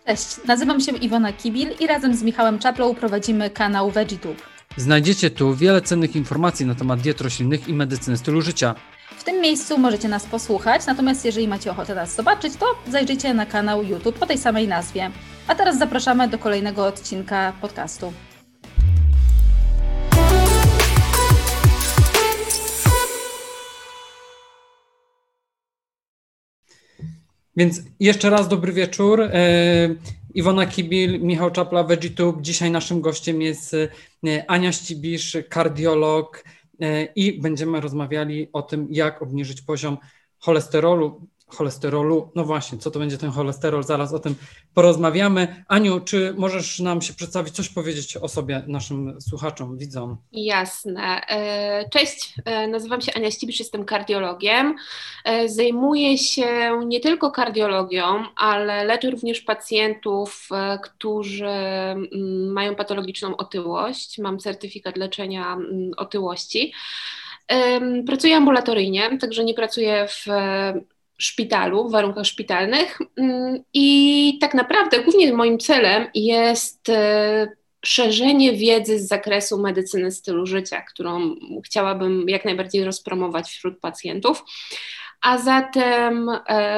Cześć, nazywam się Iwona Kibil i razem z Michałem Czaplą prowadzimy kanał VeggieTube. Znajdziecie tu wiele cennych informacji na temat diet roślinnych i medycyny stylu życia. W tym miejscu możecie nas posłuchać, natomiast jeżeli macie ochotę nas zobaczyć, to zajrzyjcie na kanał YouTube o tej samej nazwie. A teraz zapraszamy do kolejnego odcinka podcastu. Więc jeszcze raz dobry wieczór. Iwona Kibil, Michał Czapla, VeggieTube. Dzisiaj naszym gościem jest Ania Ścibisz, kardiolog i będziemy rozmawiali o tym, jak obniżyć poziom cholesterolu. No właśnie, co to będzie ten cholesterol? Zaraz o tym porozmawiamy. Aniu, czy możesz nam się przedstawić, coś powiedzieć o sobie, naszym słuchaczom, widzom? Jasne. Cześć, nazywam się Ania Ścibisz, jestem kardiologiem. Zajmuję się nie tylko kardiologią, ale leczę również pacjentów, którzy mają patologiczną otyłość. Mam certyfikat leczenia otyłości. Pracuję ambulatoryjnie, także nie pracuję w szpitalu, w warunkach szpitalnych i tak naprawdę głównie moim celem jest szerzenie wiedzy z zakresu medycyny stylu życia, którą chciałabym jak najbardziej rozpromować wśród pacjentów, a zatem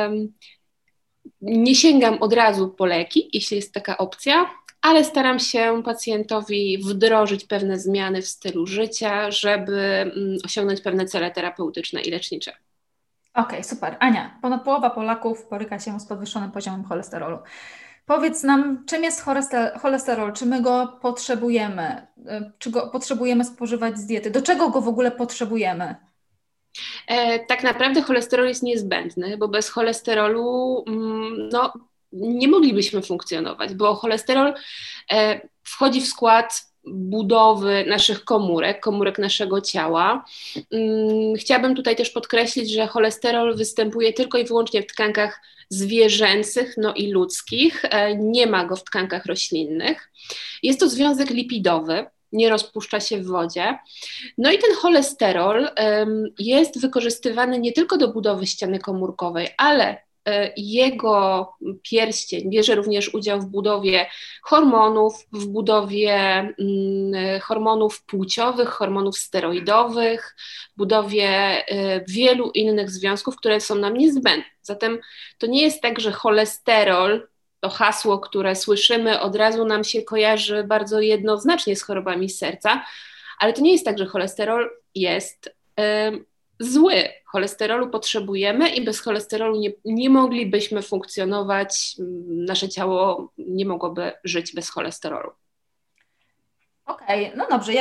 nie sięgam od razu po leki, jeśli jest taka opcja, ale staram się pacjentowi wdrożyć pewne zmiany w stylu życia, żeby osiągnąć pewne cele terapeutyczne i lecznicze. Okej, super. Ania, ponad połowa Polaków boryka się z podwyższonym poziomem cholesterolu. Powiedz nam, czym jest cholesterol, czy my go potrzebujemy, czy go potrzebujemy spożywać z diety, do czego go w ogóle potrzebujemy? Tak naprawdę cholesterol jest niezbędny, bo bez cholesterolu nie moglibyśmy funkcjonować, bo cholesterol wchodzi w skład budowy naszych komórek naszego ciała. Chciałabym tutaj też podkreślić, że cholesterol występuje tylko i wyłącznie w tkankach zwierzęcych, no i ludzkich. Nie ma go w tkankach roślinnych. Jest to związek lipidowy, nie rozpuszcza się w wodzie. No i ten cholesterol jest wykorzystywany nie tylko do budowy ściany komórkowej, ale jego pierścień bierze również udział w budowie hormonów, w budowie hormonów płciowych, hormonów steroidowych, w budowie wielu innych związków, które są nam niezbędne. Zatem to nie jest tak, że cholesterol, to hasło, które słyszymy, od razu nam się kojarzy bardzo jednoznacznie z chorobami serca, ale to nie jest tak, że cholesterol jest zły. Cholesterolu potrzebujemy i bez cholesterolu nie moglibyśmy funkcjonować, nasze ciało nie mogłoby żyć bez cholesterolu. Okej, no dobrze,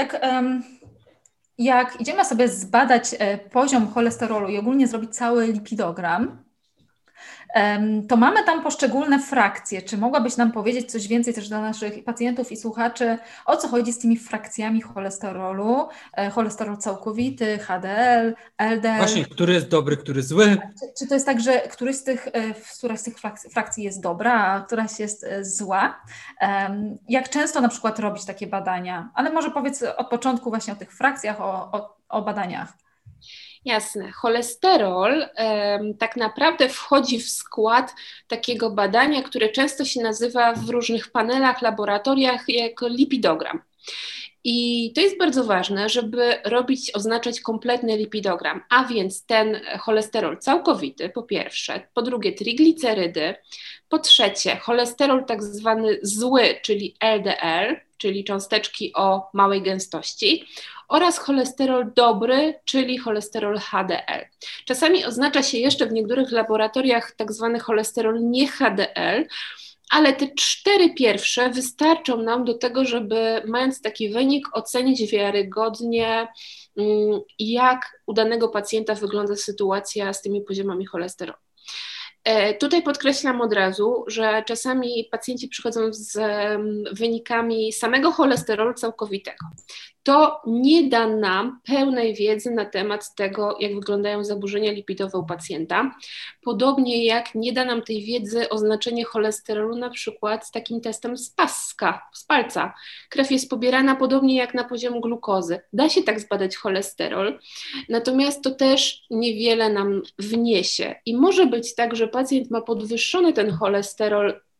jak idziemy sobie zbadać poziom cholesterolu i ogólnie zrobić cały lipidogram, to mamy tam poszczególne frakcje. Czy mogłabyś nam powiedzieć coś więcej też dla naszych pacjentów i słuchaczy, o co chodzi z tymi frakcjami cholesterolu? Cholesterol całkowity, HDL, LDL. Właśnie, który jest dobry, który zły? Czy to jest tak, że któraś z tych frakcji jest dobra, a któraś jest zła? Jak często na przykład robić takie badania? Ale może powiedz od początku właśnie o tych frakcjach, o badaniach. Jasne. Cholesterol tak naprawdę wchodzi w skład takiego badania, które często się nazywa w różnych panelach, laboratoriach jako lipidogram. I to jest bardzo ważne, żeby oznaczać kompletny lipidogram, a więc ten cholesterol całkowity, po pierwsze, po drugie triglicerydy, po trzecie cholesterol tak zwany zły, czyli LDL, czyli cząsteczki o małej gęstości, oraz cholesterol dobry, czyli cholesterol HDL. Czasami oznacza się jeszcze w niektórych laboratoriach tak zwany cholesterol nie HDL, ale te 4 pierwsze wystarczą nam do tego, żeby mając taki wynik ocenić wiarygodnie, jak u danego pacjenta wygląda sytuacja z tymi poziomami cholesterolu. Tutaj podkreślam od razu, że czasami pacjenci przychodzą z wynikami samego cholesterolu całkowitego. To nie da nam pełnej wiedzy na temat tego, jak wyglądają zaburzenia lipidowe u pacjenta. Podobnie jak nie da nam tej wiedzy oznaczenie cholesterolu na przykład z takim testem z palca. Krew jest pobierana podobnie jak na poziom glukozy. Da się tak zbadać cholesterol, natomiast to też niewiele nam wniesie. I może być tak, że pacjent ma podwyższony ten cholesterol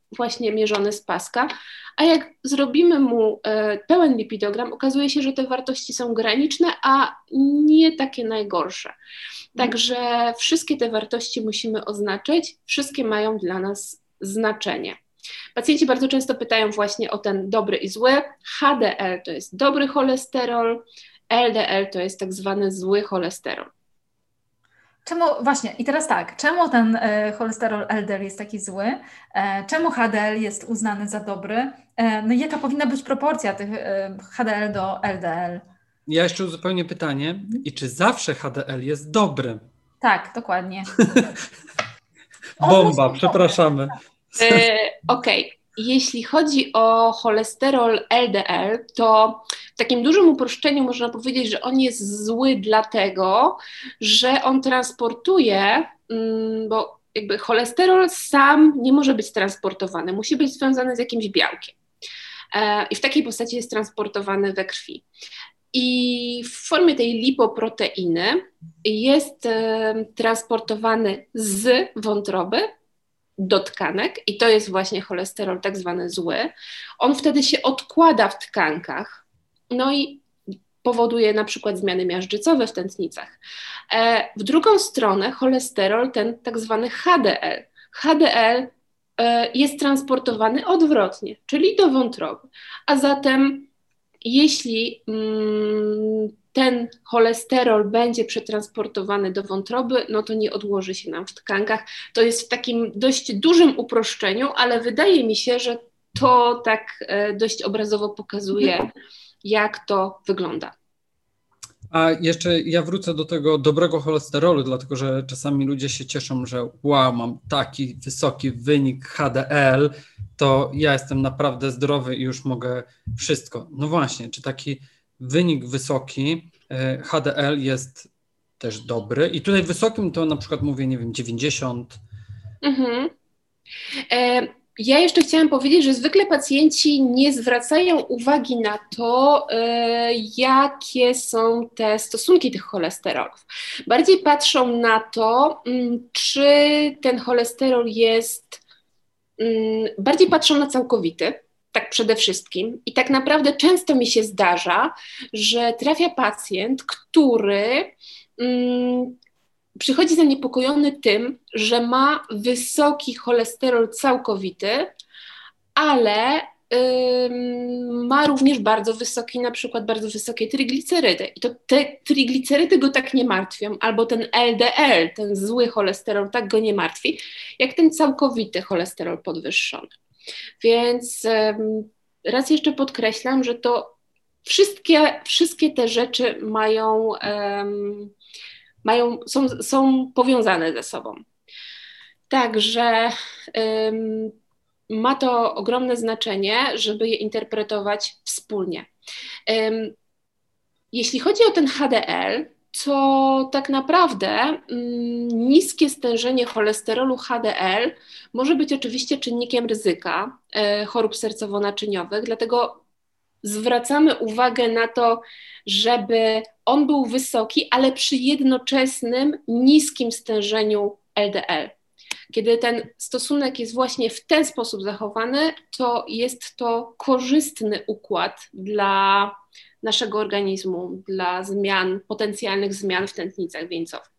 właśnie mierzony z paska, a jak zrobimy mu pełen lipidogram, okazuje się, że te wartości są graniczne, a nie takie najgorsze. Także wszystkie te wartości musimy oznaczyć, wszystkie mają dla nas znaczenie. Pacjenci bardzo często pytają właśnie o ten dobry i zły. HDL to jest dobry cholesterol, LDL to jest tak zwany zły cholesterol. Czemu, właśnie, i teraz tak, czemu ten cholesterol LDL jest taki zły? Czemu HDL jest uznany za dobry? No i jaka powinna być proporcja tych HDL do LDL? Ja jeszcze uzupełnię pytanie. I czy zawsze HDL jest dobry? Tak, dokładnie. Bomba, przepraszamy. Okej. Jeśli chodzi o cholesterol LDL, to w takim dużym uproszczeniu można powiedzieć, że on jest zły dlatego, że on transportuje, bo jakby cholesterol sam nie może być transportowany, musi być związany z jakimś białkiem. I w takiej postaci jest transportowany we krwi. I w formie tej lipoproteiny jest transportowany z wątroby do tkanek i to jest właśnie cholesterol tak zwany zły. On wtedy się odkłada w tkankach, no i powoduje na przykład zmiany miażdżycowe w tętnicach. W drugą stronę cholesterol, ten tak zwany HDL. HDL jest transportowany odwrotnie, czyli do wątroby. A zatem jeśli ten cholesterol będzie przetransportowany do wątroby, no to nie odłoży się nam w tkankach. To jest w takim dość dużym uproszczeniu, ale wydaje mi się, że to tak dość obrazowo pokazuje, jak to wygląda. A jeszcze ja wrócę do tego dobrego cholesterolu, dlatego że czasami ludzie się cieszą, że wow, mam taki wysoki wynik HDL, to ja jestem naprawdę zdrowy i już mogę wszystko. No właśnie, czy taki wynik wysoki HDL jest też dobry? I tutaj wysokim to na przykład mówię, nie wiem, 90. Ja jeszcze chciałam powiedzieć, że zwykle pacjenci nie zwracają uwagi na to, jakie są te stosunki tych cholesterolów. Bardziej patrzą na to, czy ten cholesterol jest, bardziej patrzą na całkowity, tak przede wszystkim. I tak naprawdę często mi się zdarza, że trafia pacjent, który przychodzi zaniepokojony tym, że ma wysoki cholesterol całkowity, ale ma również bardzo wysoki, na przykład bardzo wysokie triglicerydy. I to te triglicerydy go tak nie martwią, albo ten LDL, ten zły cholesterol tak go nie martwi, jak ten całkowity cholesterol podwyższony. Więc raz jeszcze podkreślam, że to wszystkie te rzeczy są powiązane ze sobą. Także ma to ogromne znaczenie, żeby je interpretować wspólnie. Jeśli chodzi o ten HDL, to tak naprawdę niskie stężenie cholesterolu HDL może być oczywiście czynnikiem ryzyka chorób sercowo-naczyniowych, dlatego zwracamy uwagę na to, żeby on był wysoki, ale przy jednoczesnym niskim stężeniu LDL. Kiedy ten stosunek jest właśnie w ten sposób zachowany, to jest to korzystny układ dla naszego organizmu, dla potencjalnych zmian w tętnicach wieńcowych.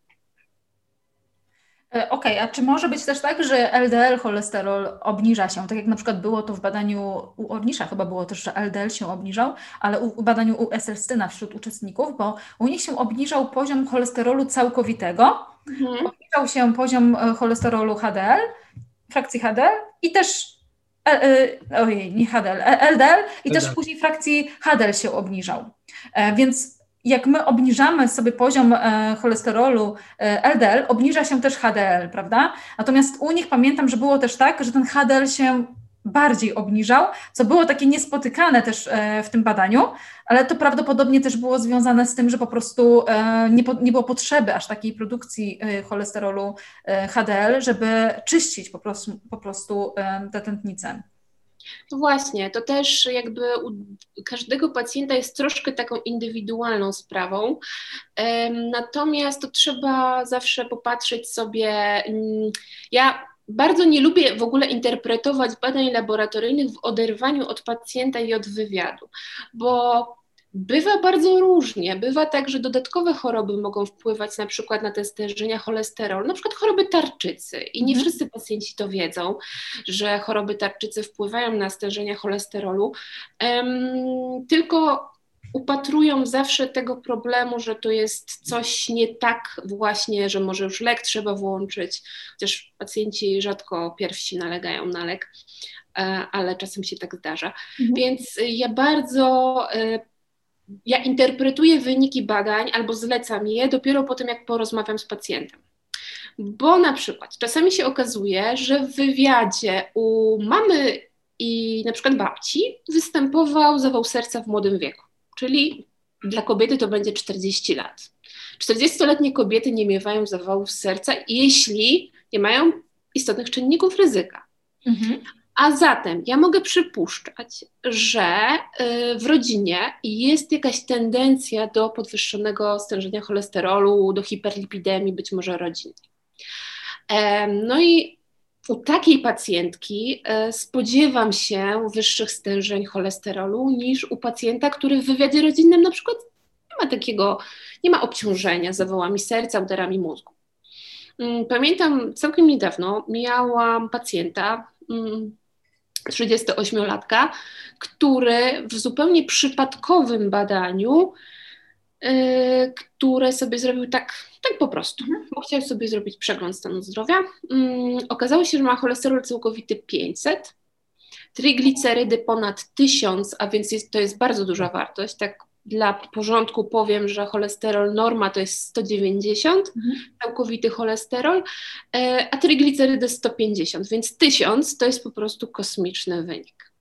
Okej, a czy może być też tak, że LDL cholesterol obniża się, tak jak na przykład było to w badaniu u Ornisza, chyba było też, że LDL się obniżał, ale w badaniu u Esselstyna wśród uczestników, bo u nich się obniżał poziom cholesterolu całkowitego, obniżał się poziom cholesterolu HDL, frakcji HDL i też, nie HDL, LDL i też później frakcji HDL się obniżał. Więc jak my obniżamy sobie poziom cholesterolu LDL, obniża się też HDL, prawda? Natomiast u nich pamiętam, że było też tak, że ten HDL się bardziej obniżał, co było takie niespotykane też w tym badaniu, ale to prawdopodobnie też było związane z tym, że po prostu nie było potrzeby aż takiej produkcji cholesterolu HDL, żeby czyścić po prostu te tętnice. No właśnie, to też jakby u każdego pacjenta jest troszkę taką indywidualną sprawą, natomiast to trzeba zawsze popatrzeć sobie, ja bardzo nie lubię w ogóle interpretować badań laboratoryjnych w oderwaniu od pacjenta i od wywiadu, bo bywa bardzo różnie. Bywa tak, że dodatkowe choroby mogą wpływać na przykład na te stężenia cholesterolu, na przykład choroby tarczycy. I nie wszyscy pacjenci to wiedzą, że choroby tarczycy wpływają na stężenia cholesterolu, tylko upatrują zawsze tego problemu, że to jest coś nie tak właśnie, że może już lek trzeba włączyć, chociaż pacjenci rzadko pierwsi nalegają na lek, ale czasem się tak zdarza. Więc ja interpretuję wyniki badań albo zlecam je dopiero po tym, jak porozmawiam z pacjentem. Bo na przykład czasami się okazuje, że w wywiadzie u mamy i na przykład babci występował zawał serca w młodym wieku, czyli dla kobiety to będzie 40 lat. 40-letnie kobiety nie miewają zawałów serca, jeśli nie mają istotnych czynników ryzyka. A zatem ja mogę przypuszczać, że w rodzinie jest jakaś tendencja do podwyższonego stężenia cholesterolu, do hiperlipidemii, być może rodzinnej. No i u takiej pacjentki spodziewam się wyższych stężeń cholesterolu niż u pacjenta, który w wywiadzie rodzinnym na przykład nie ma obciążenia zawałami serca, udarami mózgu. Pamiętam, całkiem niedawno miałam pacjenta, 38-latka, który w zupełnie przypadkowym badaniu, które sobie zrobił tak po prostu, bo chciał sobie zrobić przegląd stanu zdrowia, okazało się, że ma cholesterol całkowity 500, triglicerydy ponad 1000, a więc to jest bardzo duża wartość. Tak dla porządku powiem, że cholesterol norma to jest 190, całkowity cholesterol, a triglicerydy 150, więc 1000 to jest po prostu kosmiczny wynik.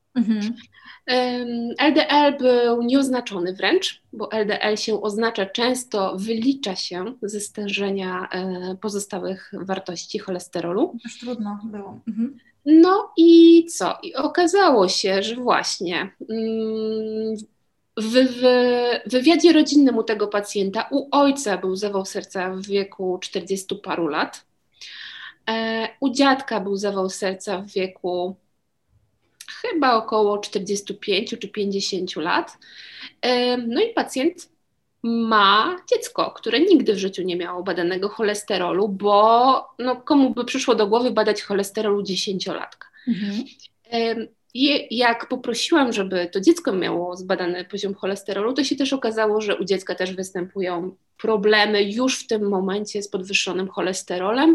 LDL był nieoznaczony wręcz, bo LDL się oznacza często, wylicza się ze stężenia pozostałych wartości cholesterolu. Też trudno było. No i co? I okazało się, że właśnie w wywiadzie rodzinnym u tego pacjenta, u ojca był zawał serca w wieku 40 paru lat, u dziadka był zawał serca w wieku chyba około 45 czy 50 lat. No i pacjent ma dziecko, które nigdy w życiu nie miało badanego cholesterolu, bo komu by przyszło do głowy badać cholesterol u 10-latka. I jak poprosiłam, żeby to dziecko miało zbadany poziom cholesterolu, to się też okazało, że u dziecka też występują problemy już w tym momencie z podwyższonym cholesterolem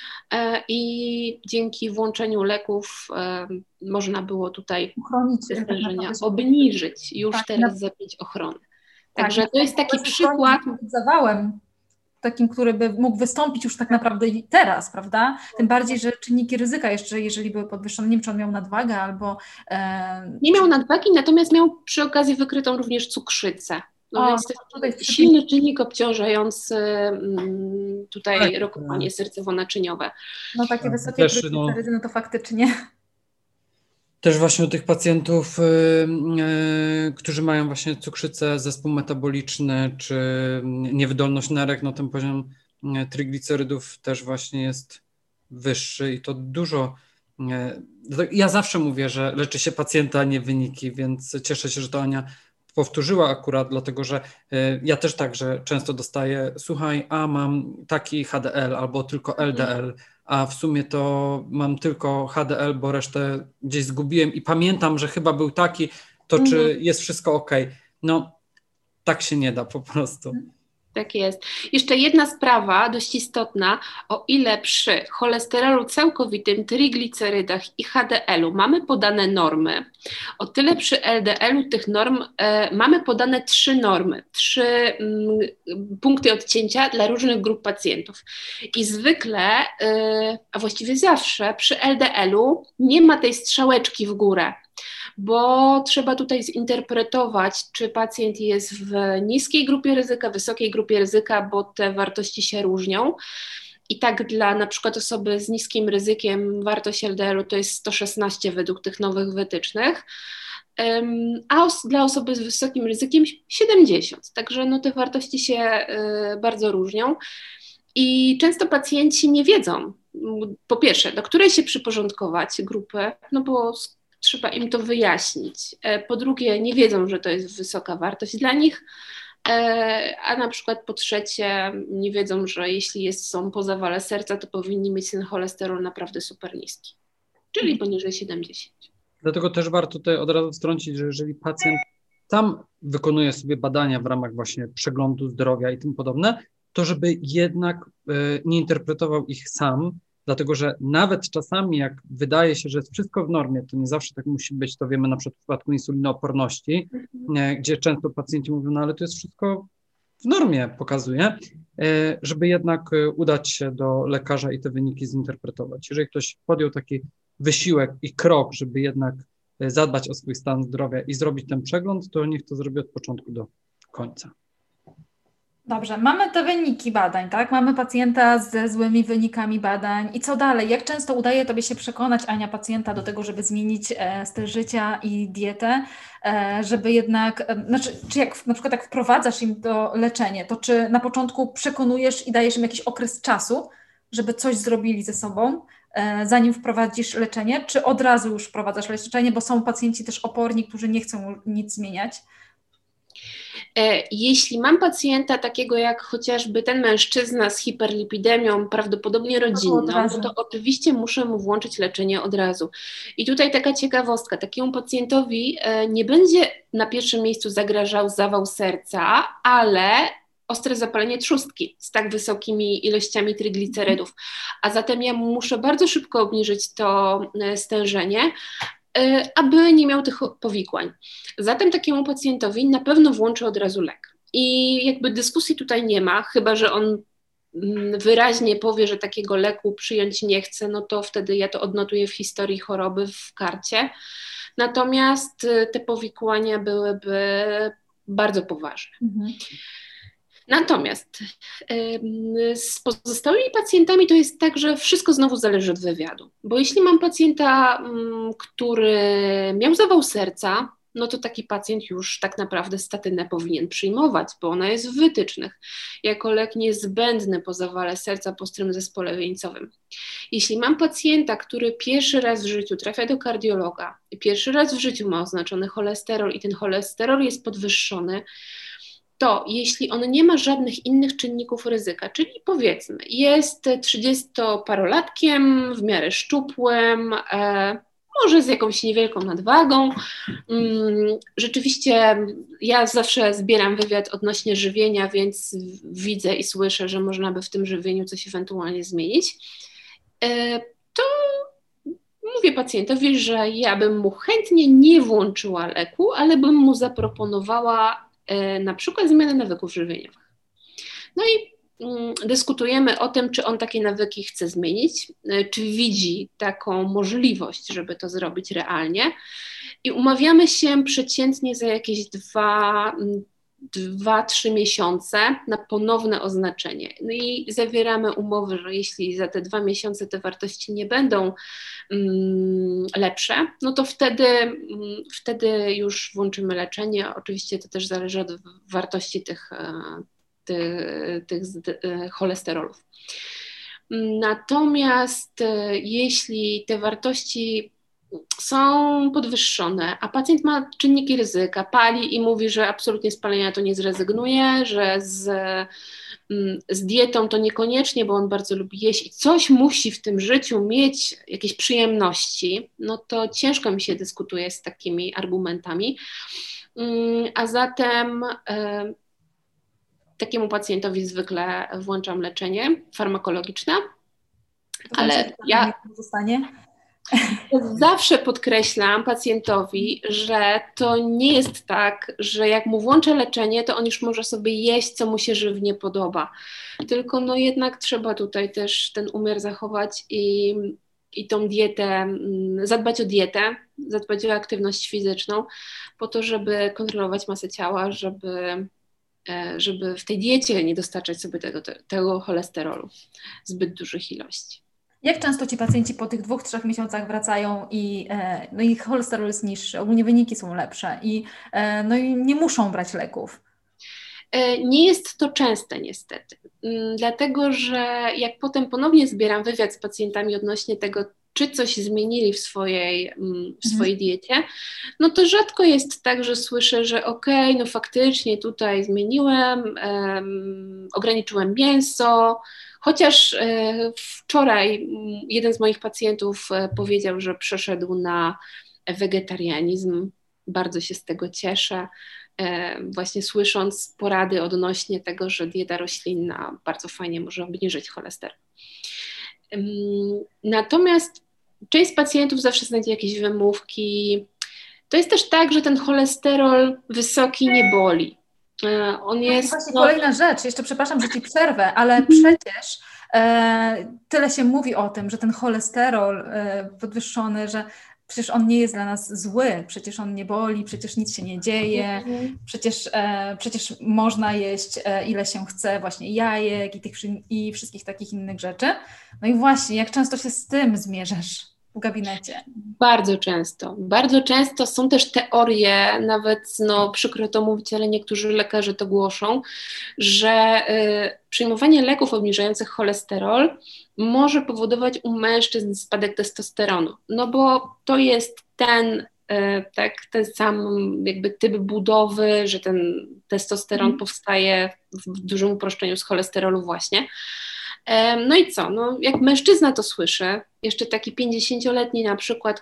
i dzięki włączeniu leków można było tutaj te stężenia obniżyć, już teraz zapiąć ochronę. Także to jest taki przykład. Zawałem takim, który by mógł wystąpić już tak naprawdę teraz, prawda? Tym bardziej, że czynniki ryzyka jeszcze, jeżeli były podwyższone, nie wiem, czy on miał nadwagę albo... Nie miał nadwagi, natomiast miał przy okazji wykrytą również cukrzycę. Więc to jest silny czynnik obciążający tutaj rokowanie sercowo-naczyniowe. No takie wysokie tryglicerydy, to faktycznie... Też właśnie u tych pacjentów, którzy mają właśnie cukrzycę, zespół metaboliczny czy niewydolność nerek, ten poziom triglicerydów też właśnie jest wyższy i to dużo. Ja zawsze mówię, że leczy się pacjenta, a nie wyniki, więc cieszę się, że to Ania powtórzyła akurat, dlatego że ja też tak, że często dostaję, słuchaj, mam taki HDL albo tylko LDL, a w sumie to mam tylko HDL, bo resztę gdzieś zgubiłem i pamiętam, że chyba był taki, to czy jest wszystko okej? Tak się nie da po prostu. Tak jest. Jeszcze jedna sprawa dość istotna, o ile przy cholesterolu całkowitym, triglicerydach i HDL-u mamy podane normy, o tyle przy LDL-u tych norm mamy podane 3 normy, 3 punkty odcięcia dla różnych grup pacjentów. I zwykle, a właściwie zawsze przy LDL-u nie ma tej strzałeczki w górę, bo trzeba tutaj zinterpretować, czy pacjent jest w niskiej grupie ryzyka, wysokiej grupie ryzyka, bo te wartości się różnią. I tak dla na przykład osoby z niskim ryzykiem wartość LDL-u to jest 116 według tych nowych wytycznych, a dla osoby z wysokim ryzykiem 70. Także te wartości się bardzo różnią. I często pacjenci nie wiedzą, po pierwsze, do której się przyporządkować grupy, no bo trzeba im to wyjaśnić. Po drugie, nie wiedzą, że to jest wysoka wartość dla nich, a na przykład po trzecie, nie wiedzą, że jeśli są po zawale serca, to powinni mieć ten cholesterol naprawdę super niski, czyli poniżej 70. Dlatego też warto tutaj od razu wtrącić, że jeżeli pacjent sam wykonuje sobie badania w ramach właśnie przeglądu zdrowia i tym podobne, to żeby jednak nie interpretował ich sam, dlatego że nawet czasami jak wydaje się, że jest wszystko w normie, to nie zawsze tak musi być, to wiemy na przykład w przypadku insulinooporności, gdzie często pacjenci mówią, no ale to jest wszystko w normie, pokazuje, żeby jednak udać się do lekarza i te wyniki zinterpretować. Jeżeli ktoś podjął taki wysiłek i krok, żeby jednak zadbać o swój stan zdrowia i zrobić ten przegląd, to niech to zrobi od początku do końca. Dobrze, mamy te wyniki badań, tak? Mamy pacjenta ze złymi wynikami badań. I co dalej? Jak często udaje Tobie się przekonać, Ania, pacjenta do tego, żeby zmienić styl życia i dietę, żeby jednak, czy jak na przykład tak wprowadzasz im to leczenie, to czy na początku przekonujesz i dajesz im jakiś okres czasu, żeby coś zrobili ze sobą, zanim wprowadzisz leczenie, czy od razu już wprowadzasz leczenie, bo są pacjenci też oporni, którzy nie chcą nic zmieniać? Jeśli mam pacjenta takiego jak chociażby ten mężczyzna z hiperlipidemią, prawdopodobnie rodzinną, no to oczywiście muszę mu włączyć leczenie od razu. I tutaj taka ciekawostka, takiemu pacjentowi nie będzie na pierwszym miejscu zagrażał zawał serca, ale ostre zapalenie trzustki z tak wysokimi ilościami triglicerydów. A zatem ja muszę bardzo szybko obniżyć to stężenie, aby nie miał tych powikłań. Zatem takiemu pacjentowi na pewno włączę od razu lek. I jakby dyskusji tutaj nie ma, chyba że on wyraźnie powie, że takiego leku przyjąć nie chce, no to wtedy ja to odnotuję w historii choroby w karcie. Natomiast te powikłania byłyby bardzo poważne. Natomiast z pozostałymi pacjentami to jest tak, że wszystko znowu zależy od wywiadu, bo jeśli mam pacjenta, który miał zawał serca, no to taki pacjent już tak naprawdę statynę powinien przyjmować, bo ona jest w wytycznych jako lek niezbędny po zawale serca po ostrym zespole wieńcowym. Jeśli mam pacjenta, który pierwszy raz w życiu trafia do kardiologa i pierwszy raz w życiu ma oznaczony cholesterol i ten cholesterol jest podwyższony, to jeśli on nie ma żadnych innych czynników ryzyka, czyli powiedzmy jest 30-parolatkiem, w miarę szczupłym, może z jakąś niewielką nadwagą, rzeczywiście ja zawsze zbieram wywiad odnośnie żywienia, więc widzę i słyszę, że można by w tym żywieniu coś ewentualnie zmienić, to mówię pacjentowi, że ja bym mu chętnie nie włączyła leku, ale bym mu zaproponowała na przykład zmianę nawyków żywieniowych. No i dyskutujemy o tym, czy on takie nawyki chce zmienić, czy widzi taką możliwość, żeby to zrobić realnie i umawiamy się przeciętnie za jakieś 2-3 miesiące na ponowne oznaczenie. No i zawieramy umowy, że jeśli za te 2 miesiące te wartości nie będą lepsze, no to wtedy już włączymy leczenie. Oczywiście to też zależy od wartości tych cholesterolów. Natomiast jeśli te wartości są podwyższone, a pacjent ma czynniki ryzyka, pali i mówi, że absolutnie z palenia to nie zrezygnuje, że z dietą to niekoniecznie, bo on bardzo lubi jeść i coś musi w tym życiu mieć, jakieś przyjemności, no to ciężko mi się dyskutuje z takimi argumentami. A zatem takiemu pacjentowi zwykle włączam leczenie farmakologiczne, ale ja zawsze podkreślam pacjentowi, że to nie jest tak, że jak mu włączę leczenie, to on już może sobie jeść, co mu się żywnie podoba. Tylko no jednak trzeba tutaj też ten umiar zachować i tą dietę, zadbać o dietę, zadbać o aktywność fizyczną, po to, żeby kontrolować masę ciała, żeby w tej diecie nie dostarczać sobie tego cholesterolu w zbyt dużych ilości. Jak często ci pacjenci po tych 2-3 miesiącach wracają i ich cholesterol jest niższy, ogólnie wyniki są lepsze i nie muszą brać leków? Nie jest to częste niestety, dlatego że jak potem ponownie zbieram wywiad z pacjentami odnośnie tego, czy coś zmienili w swojej diecie, no to rzadko jest tak, że słyszę, że okej, no faktycznie tutaj zmieniłem, ograniczyłem mięso, chociaż wczoraj jeden z moich pacjentów powiedział, że przeszedł na wegetarianizm, bardzo się z tego cieszę, właśnie słysząc porady odnośnie tego, że dieta roślinna bardzo fajnie może obniżyć cholesterol. Natomiast część pacjentów zawsze znajdzie jakieś wymówki. To jest też tak, że ten cholesterol wysoki nie boli. On jest... Właśnie kolejna rzecz, jeszcze przepraszam, że Ci przerwę, ale przecież tyle się mówi o tym, że ten cholesterol podwyższony, że przecież on nie jest dla nas zły, przecież on nie boli, przecież nic się nie dzieje, przecież można jeść ile się chce, właśnie jajek i wszystkich takich innych rzeczy. No i właśnie, jak często się z tym zmierzasz w gabinecie? Bardzo często. Bardzo często są też teorie, nawet przykro to mówić, ale niektórzy lekarze to głoszą, że przyjmowanie leków obniżających cholesterol może powodować u mężczyzn spadek testosteronu, no bo to jest ten sam jakby typ budowy, że ten testosteron powstaje w dużym uproszczeniu z cholesterolu właśnie. No i co? No, jak mężczyzna to słyszy, jeszcze taki 50-letni na przykład,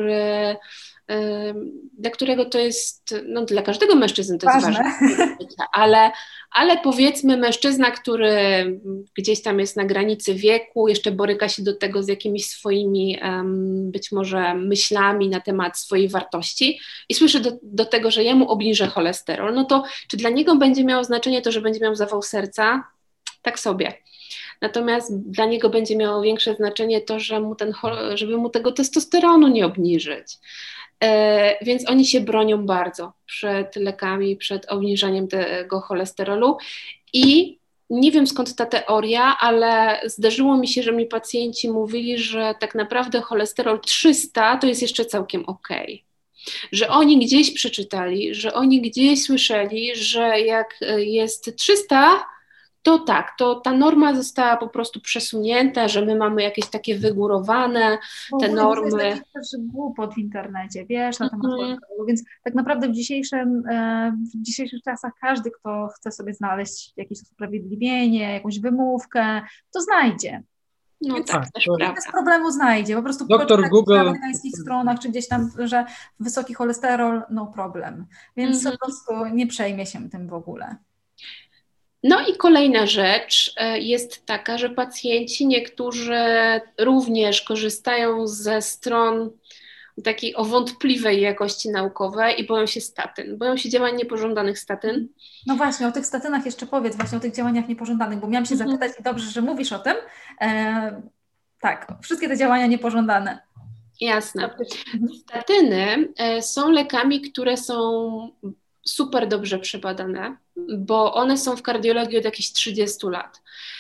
dla którego to jest, no dla każdego mężczyzny to jest ważne, ale powiedzmy mężczyzna, który gdzieś tam jest na granicy wieku, jeszcze boryka się do tego z jakimiś swoimi być może myślami na temat swojej wartości i słyszy do tego, że jemu obniżę cholesterol, no to czy dla niego będzie miało znaczenie to, że będzie miał zawał serca? Tak sobie. Natomiast dla niego będzie miało większe znaczenie to, żeby mu tego testosteronu nie obniżyć. Więc oni się bronią bardzo przed lekami, przed obniżaniem tego cholesterolu i nie wiem skąd ta teoria, ale zdarzyło mi się, że mi pacjenci mówili, że tak naprawdę cholesterol 300 to jest jeszcze całkiem okej. Że oni gdzieś przeczytali, że oni gdzieś słyszeli, że jak jest 300, to tak, to ta norma została po prostu przesunięta, że my mamy jakieś takie wygórowane te normy. To jest też głupot w internecie, wiesz, na temat cholesterolu, więc tak naprawdę w dzisiejszych czasach każdy, kto chce sobie znaleźć jakieś usprawiedliwienie, jakąś wymówkę, to znajdzie. No więc tak, też prawda. Bez problemu znajdzie, po prostu Doktor Google na amerykańskich stronach, czy gdzieś tam, że wysoki cholesterol, no problem, więc po prostu nie przejmie się tym w ogóle. No i kolejna rzecz jest taka, że pacjenci niektórzy również korzystają ze stron takiej o wątpliwej jakości naukowej i boją się statyn, boją się działań niepożądanych statyn. No właśnie, o tych statynach jeszcze powiedz, właśnie o tych działaniach niepożądanych, bo miałam się zapytać i dobrze, że mówisz o tym. Tak, wszystkie te działania niepożądane. Jasne. Statyny są lekami, które są super dobrze przebadane, bo one są w kardiologii od jakichś 30 lat.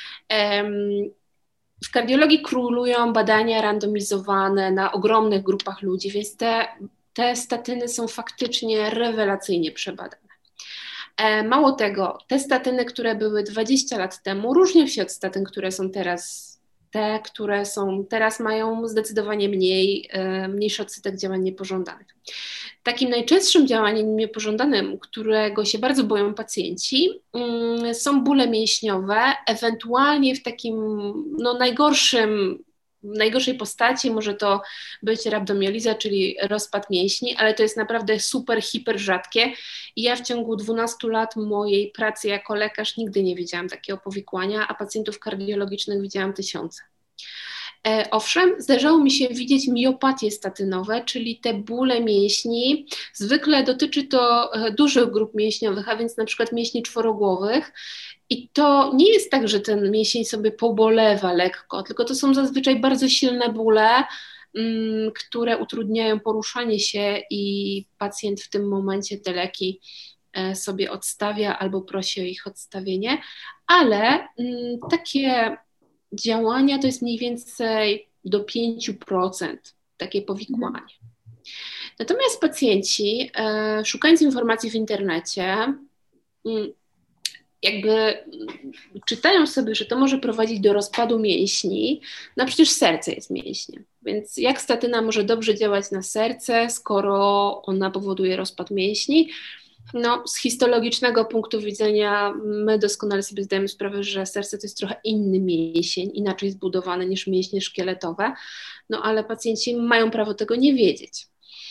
W kardiologii królują badania randomizowane na ogromnych grupach ludzi, więc te statyny są faktycznie rewelacyjnie przebadane. Mało tego, te statyny, które były 20 lat temu, różnią się od statyn, które są teraz. Te, które są teraz, mają zdecydowanie mniejszy odsetek działań niepożądanych. Takim najczęstszym działaniem niepożądanym, którego się bardzo boją pacjenci, są bóle mięśniowe, ewentualnie w takim najgorszej postaci może to być rabdomioliza, czyli rozpad mięśni, ale to jest naprawdę super, hiper rzadkie i ja w ciągu 12 lat mojej pracy jako lekarz nigdy nie widziałam takiego powikłania, a pacjentów kardiologicznych widziałam tysiące. Owszem, zdarzało mi się widzieć miopatie statynowe, czyli te bóle mięśni. Zwykle dotyczy to dużych grup mięśniowych, a więc na przykład mięśni czworogłowych. I to nie jest tak, że ten mięsień sobie pobolewa lekko, tylko to są zazwyczaj bardzo silne bóle, które utrudniają poruszanie się i pacjent w tym momencie te leki sobie odstawia albo prosi o ich odstawienie, ale takie działania to jest mniej więcej do 5% takie powikłanie. Natomiast pacjenci, szukając informacji w internecie, jakby czytają sobie, że to może prowadzić do rozpadu mięśni, no przecież serce jest mięśniem. Więc jak statyna może dobrze działać na serce, skoro ona powoduje rozpad mięśni? No, z histologicznego punktu widzenia my doskonale sobie zdajemy sprawę, że serce to jest trochę inny mięsień, inaczej zbudowany niż mięśnie szkieletowe, no ale pacjenci mają prawo tego nie wiedzieć.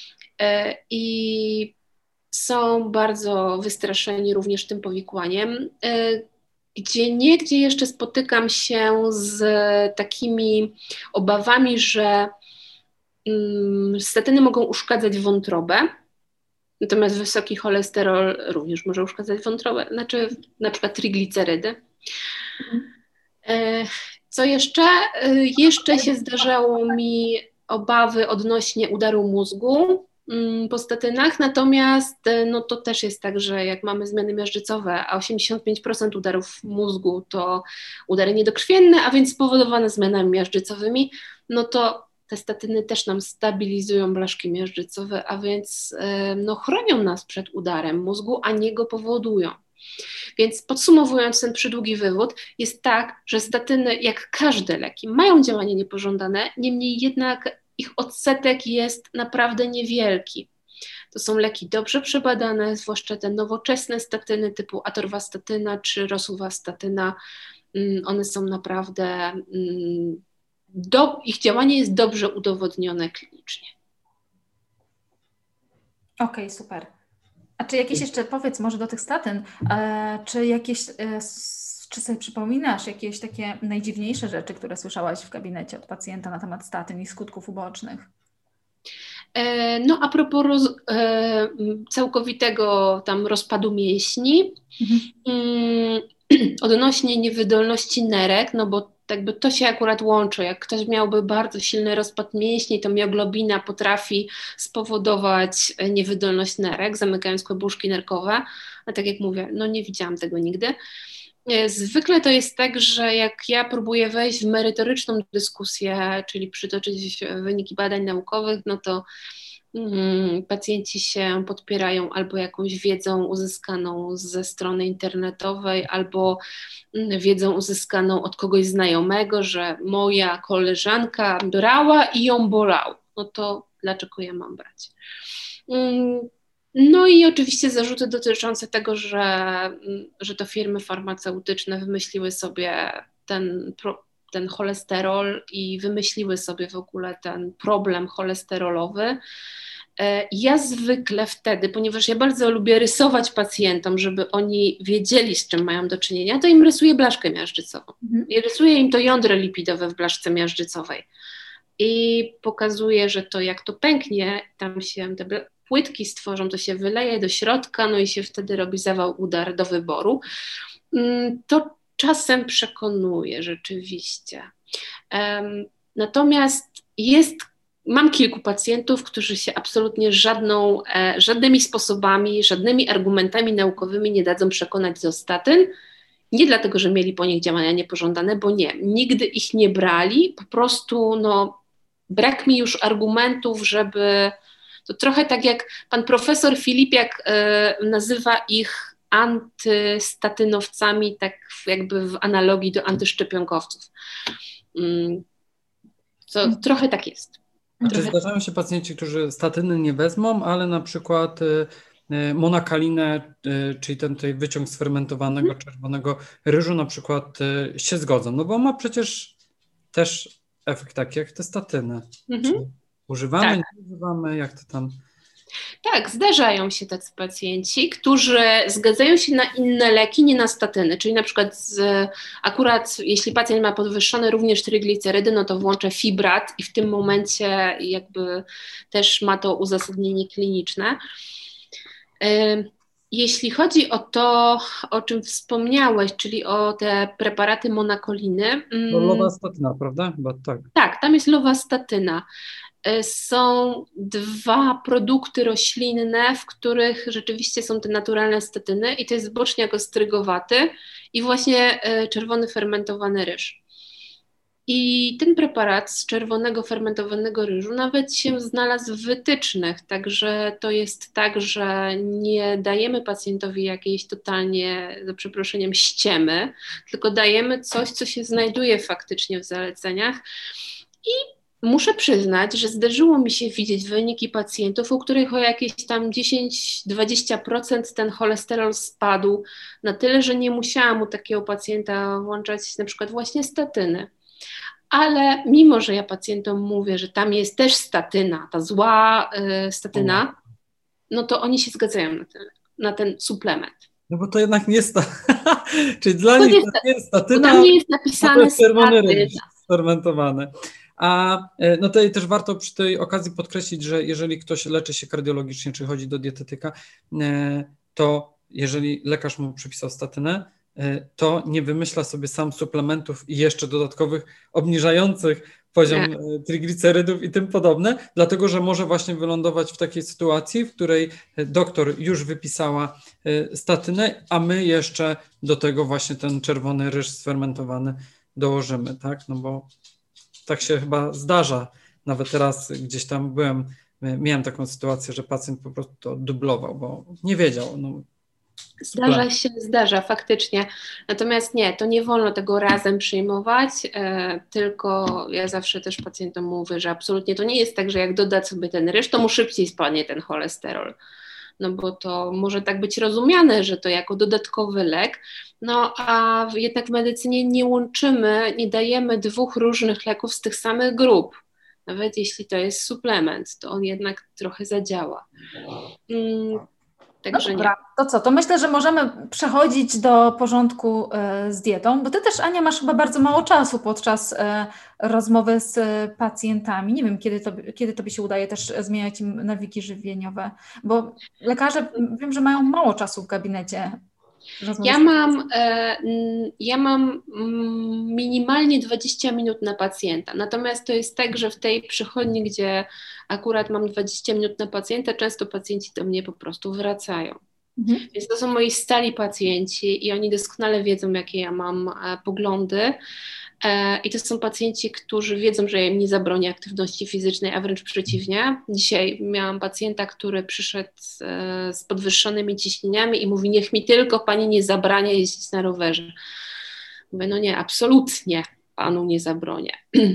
I są bardzo wystraszeni również tym powikłaniem, gdzie jeszcze spotykam się z takimi obawami, że statyny mogą uszkadzać wątrobę, natomiast wysoki cholesterol również może uszkadzać wątrobę, znaczy na przykład triglicerydy. Co jeszcze? Jeszcze się zdarzało mi obawy odnośnie udaru mózgu po statynach, natomiast no to też jest tak, że jak mamy zmiany miażdżycowe, a 85% udarów mózgu to udary niedokrwienne, a więc spowodowane zmianami miażdżycowymi, no to te statyny też nam stabilizują blaszki miażdżycowe, a więc no, chronią nas przed udarem mózgu, a nie go powodują. Więc podsumowując ten przydługi wywód, jest tak, że statyny, jak każde leki, mają działanie niepożądane, niemniej jednak ich odsetek jest naprawdę niewielki. To są leki dobrze przebadane, zwłaszcza te nowoczesne statyny typu atorvastatyna czy rosuvastatyna. One są naprawdę, ich działanie jest dobrze udowodnione klinicznie. Okej, super. A czy jakieś jeszcze, powiedz może do tych statyn, czy jakieś, czy sobie przypominasz jakieś takie najdziwniejsze rzeczy, które słyszałaś w gabinecie od pacjenta na temat statyn i skutków ubocznych? No a propos całkowitego tam rozpadu mięśni, odnośnie niewydolności nerek, no bo jakby to się akurat łączy. Jak ktoś miałby bardzo silny rozpad mięśni, to mioglobina potrafi spowodować niewydolność nerek, zamykając kłębuszki nerkowe. A tak jak mówię, no nie widziałam tego nigdy. Zwykle to jest tak, że jak ja próbuję wejść w merytoryczną dyskusję, czyli przytoczyć wyniki badań naukowych, no to pacjenci się podpierają albo jakąś wiedzą uzyskaną ze strony internetowej, albo wiedzą uzyskaną od kogoś znajomego, że moja koleżanka brała i ją bolało. No to dlaczego ja mam brać? No i oczywiście zarzuty dotyczące tego, że to firmy farmaceutyczne wymyśliły sobie ten cholesterol i wymyśliły sobie w ogóle ten problem cholesterolowy. Ja zwykle wtedy, ponieważ ja bardzo lubię rysować pacjentom, żeby oni wiedzieli, z czym mają do czynienia, to im rysuję blaszkę miażdżycową. I rysuję im to jądro lipidowe w blaszce miażdżycowej. I pokazuję, że to jak to pęknie, tam się te płytki stworzą, to się wyleje do środka, no i się wtedy robi zawał udar do wyboru. To czasem przekonuje rzeczywiście. Natomiast mam kilku pacjentów, którzy się absolutnie żadnymi sposobami, żadnymi argumentami naukowymi nie dadzą przekonać do statyn. Nie dlatego, że mieli po nich działania niepożądane, bo nie. Nigdy ich nie brali, po prostu brak mi już argumentów, żeby... To trochę tak jak pan profesor Filipiak nazywa ich antystatynowcami, tak jakby w analogii do antyszczepionkowców. Trochę tak jest. Czy zdarzają się pacjenci, którzy statyny nie wezmą, ale na przykład monakalinę, czyli ten tutaj wyciąg z fermentowanego czerwonego ryżu na przykład się zgodzą? No bo ma przecież też efekt taki jak te statyny. Używamy, tak. Nie używamy, jak to tam? Tak, zdarzają się tacy pacjenci, którzy zgadzają się na inne leki, nie na statyny, czyli na przykład akurat jeśli pacjent ma podwyższone również triglicerydy, no to włączę fibrat i w tym momencie jakby też ma to uzasadnienie kliniczne. Jeśli chodzi o to, o czym wspomniałeś, czyli o te preparaty monakoliny. To lovastatyna, prawda? Chyba tak. Tak, tam jest lovastatyna. Są dwa produkty roślinne, w których rzeczywiście są te naturalne statyny i to jest boczniak ostrygowaty i właśnie czerwony fermentowany ryż. I ten preparat z czerwonego fermentowanego ryżu nawet się znalazł w wytycznych, także to jest tak, że nie dajemy pacjentowi jakiejś totalnie, za przeproszeniem, ściemy, tylko dajemy coś, co się znajduje faktycznie w zaleceniach. I muszę przyznać, że zdarzyło mi się widzieć wyniki pacjentów, u których o jakieś tam 10-20% ten cholesterol spadł na tyle, że nie musiałam u takiego pacjenta włączać na przykład właśnie statyny. Ale mimo, że ja pacjentom mówię, że tam jest też statyna, ta zła statyna, no to oni się zgadzają na ten suplement. No bo to jednak nie jest czyli dla nich to nie jest statyna, tam nie jest napisane czerwony ryż sfermentowany. A no tutaj też warto przy tej okazji podkreślić, że jeżeli ktoś leczy się kardiologicznie, czy chodzi do dietetyka, to jeżeli lekarz mu przepisał statynę, to nie wymyśla sobie sam suplementów i jeszcze dodatkowych obniżających poziom triglicerydów i tym podobne, dlatego że może właśnie wylądować w takiej sytuacji, w której doktor już wypisała statynę, a my jeszcze do tego właśnie ten czerwony ryż sfermentowany dołożymy, tak? No bo tak się chyba zdarza. Nawet teraz gdzieś tam miałem taką sytuację, że pacjent po prostu to dublował, bo nie wiedział. No, Zdarza faktycznie. Natomiast nie, to nie wolno tego razem przyjmować, tylko ja zawsze też pacjentom mówię, że absolutnie to nie jest tak, że jak doda sobie ten ryż, to mu szybciej spadnie ten cholesterol. No bo to może tak być rozumiane, że to jako dodatkowy lek, no a jednak w medycynie nie łączymy, nie dajemy dwóch różnych leków z tych samych grup. Nawet jeśli to jest suplement, to on jednak trochę zadziała. Także no dobra, to co? To myślę, że możemy przechodzić do porządku z dietą, bo ty też, Ania, masz chyba bardzo mało czasu podczas rozmowy z pacjentami. Nie wiem, kiedy tobie się udaje też zmieniać im nawyki żywieniowe, bo lekarze wiem, że mają mało czasu w gabinecie. Ja mam minimalnie 20 minut na pacjenta, natomiast to jest tak, że w tej przychodni, gdzie akurat mam 20 minut na pacjenta, często pacjenci do mnie po prostu wracają. Więc to są moi stali pacjenci i oni doskonale wiedzą, jakie ja mam poglądy. I to są pacjenci, którzy wiedzą, że ja im nie zabronię aktywności fizycznej, a wręcz przeciwnie. Dzisiaj miałam pacjenta, który przyszedł z podwyższonymi ciśnieniami i mówi: niech mi tylko pani nie zabrania jeździć na rowerze. Mówię: no nie, absolutnie panu nie zabronię.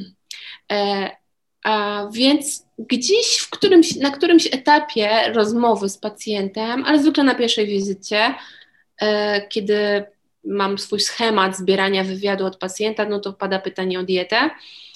Więc gdzieś na którymś etapie rozmowy z pacjentem, ale zwykle na pierwszej wizycie, kiedy mam swój schemat zbierania wywiadu od pacjenta, no to pada pytanie o dietę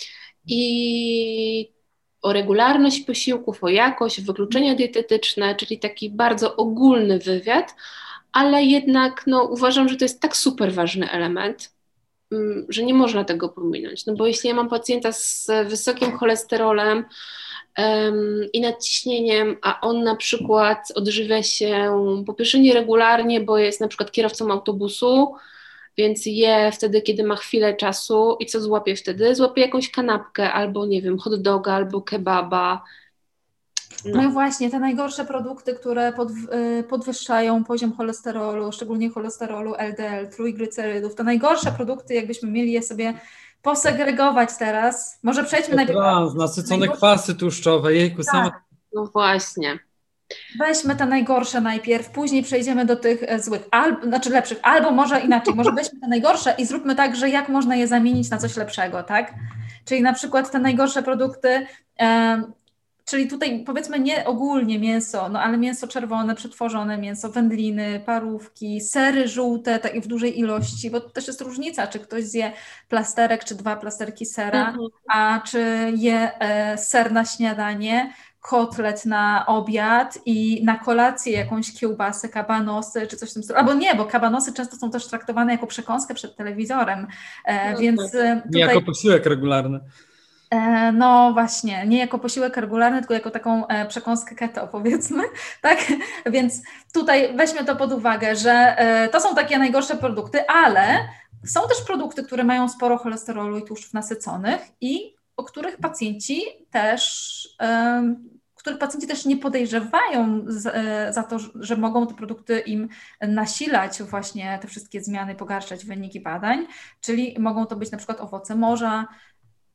i o regularność posiłków, o jakość, wykluczenia dietetyczne, czyli taki bardzo ogólny wywiad, ale jednak no, uważam, że to jest tak super ważny element, że nie można tego pominąć. No bo jeśli ja mam pacjenta z wysokim cholesterolem i nadciśnieniem, a on na przykład odżywia się po pierwsze nieregularnie, bo jest na przykład kierowcą autobusu, więc je wtedy, kiedy ma chwilę czasu i co złapie wtedy? Złapie jakąś kanapkę albo, nie wiem, hot doga albo kebaba. No i właśnie, te najgorsze produkty, które podwyższają poziom cholesterolu, szczególnie cholesterolu LDL, trójglicerydów, te najgorsze produkty, jakbyśmy mieli je sobie posegregować teraz. Może przejdźmy najpierw... Nasycone kwasy tłuszczowe, jejku, tak. same... No właśnie. Weźmy te najgorsze najpierw, później przejdziemy do tych złych, znaczy lepszych, albo może inaczej, może weźmy te najgorsze i zróbmy tak, że jak można je zamienić na coś lepszego, tak? Czyli na przykład te najgorsze produkty... Czyli tutaj powiedzmy nie ogólnie mięso, no ale mięso czerwone, przetworzone mięso, wędliny, parówki, sery żółte, tak w dużej ilości, bo to też jest różnica, czy ktoś zje plasterek, czy 2 plasterki sera, a czy je ser na śniadanie, kotlet na obiad i na kolację jakąś kiełbasę, kabanosy, czy coś w tym stylu. Albo nie, bo kabanosy często są też traktowane jako przekąskę przed telewizorem, więc tutaj... Nie jako posiłek regularny. No właśnie, nie jako posiłek regularny, tylko jako taką przekąskę keto, powiedzmy, tak? Więc tutaj weźmy to pod uwagę, że to są takie najgorsze produkty, ale są też produkty, które mają sporo cholesterolu i tłuszczów nasyconych i o których pacjenci też nie podejrzewają za to, że mogą te produkty im nasilać właśnie te wszystkie zmiany, pogarszać wyniki badań, czyli mogą to być na przykład owoce morza,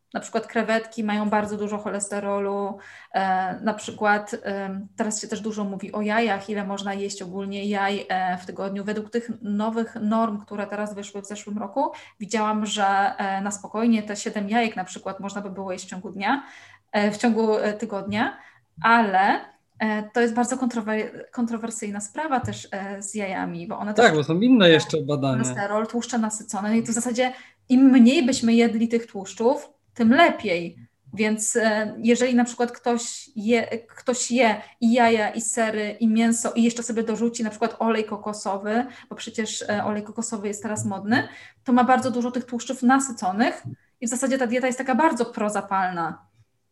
Na przykład krewetki mają bardzo dużo cholesterolu, na przykład teraz się też dużo mówi o jajach, ile można jeść ogólnie jaj w tygodniu. Według tych nowych norm, które teraz wyszły w zeszłym roku, widziałam, że na spokojnie te 7 jajek na przykład można by było jeść w ciągu dnia, w ciągu tygodnia, ale to jest bardzo kontrowersyjna sprawa też z jajami, bo one Tak, też bo są inne jeszcze badania. cholesterol, tłuszcze nasycone i to w zasadzie im mniej byśmy jedli tych tłuszczów, tym lepiej. Więc jeżeli na przykład ktoś je i jaja, i sery, i mięso i jeszcze sobie dorzuci na przykład olej kokosowy, bo przecież olej kokosowy jest teraz modny, to ma bardzo dużo tych tłuszczów nasyconych i w zasadzie ta dieta jest taka bardzo prozapalna.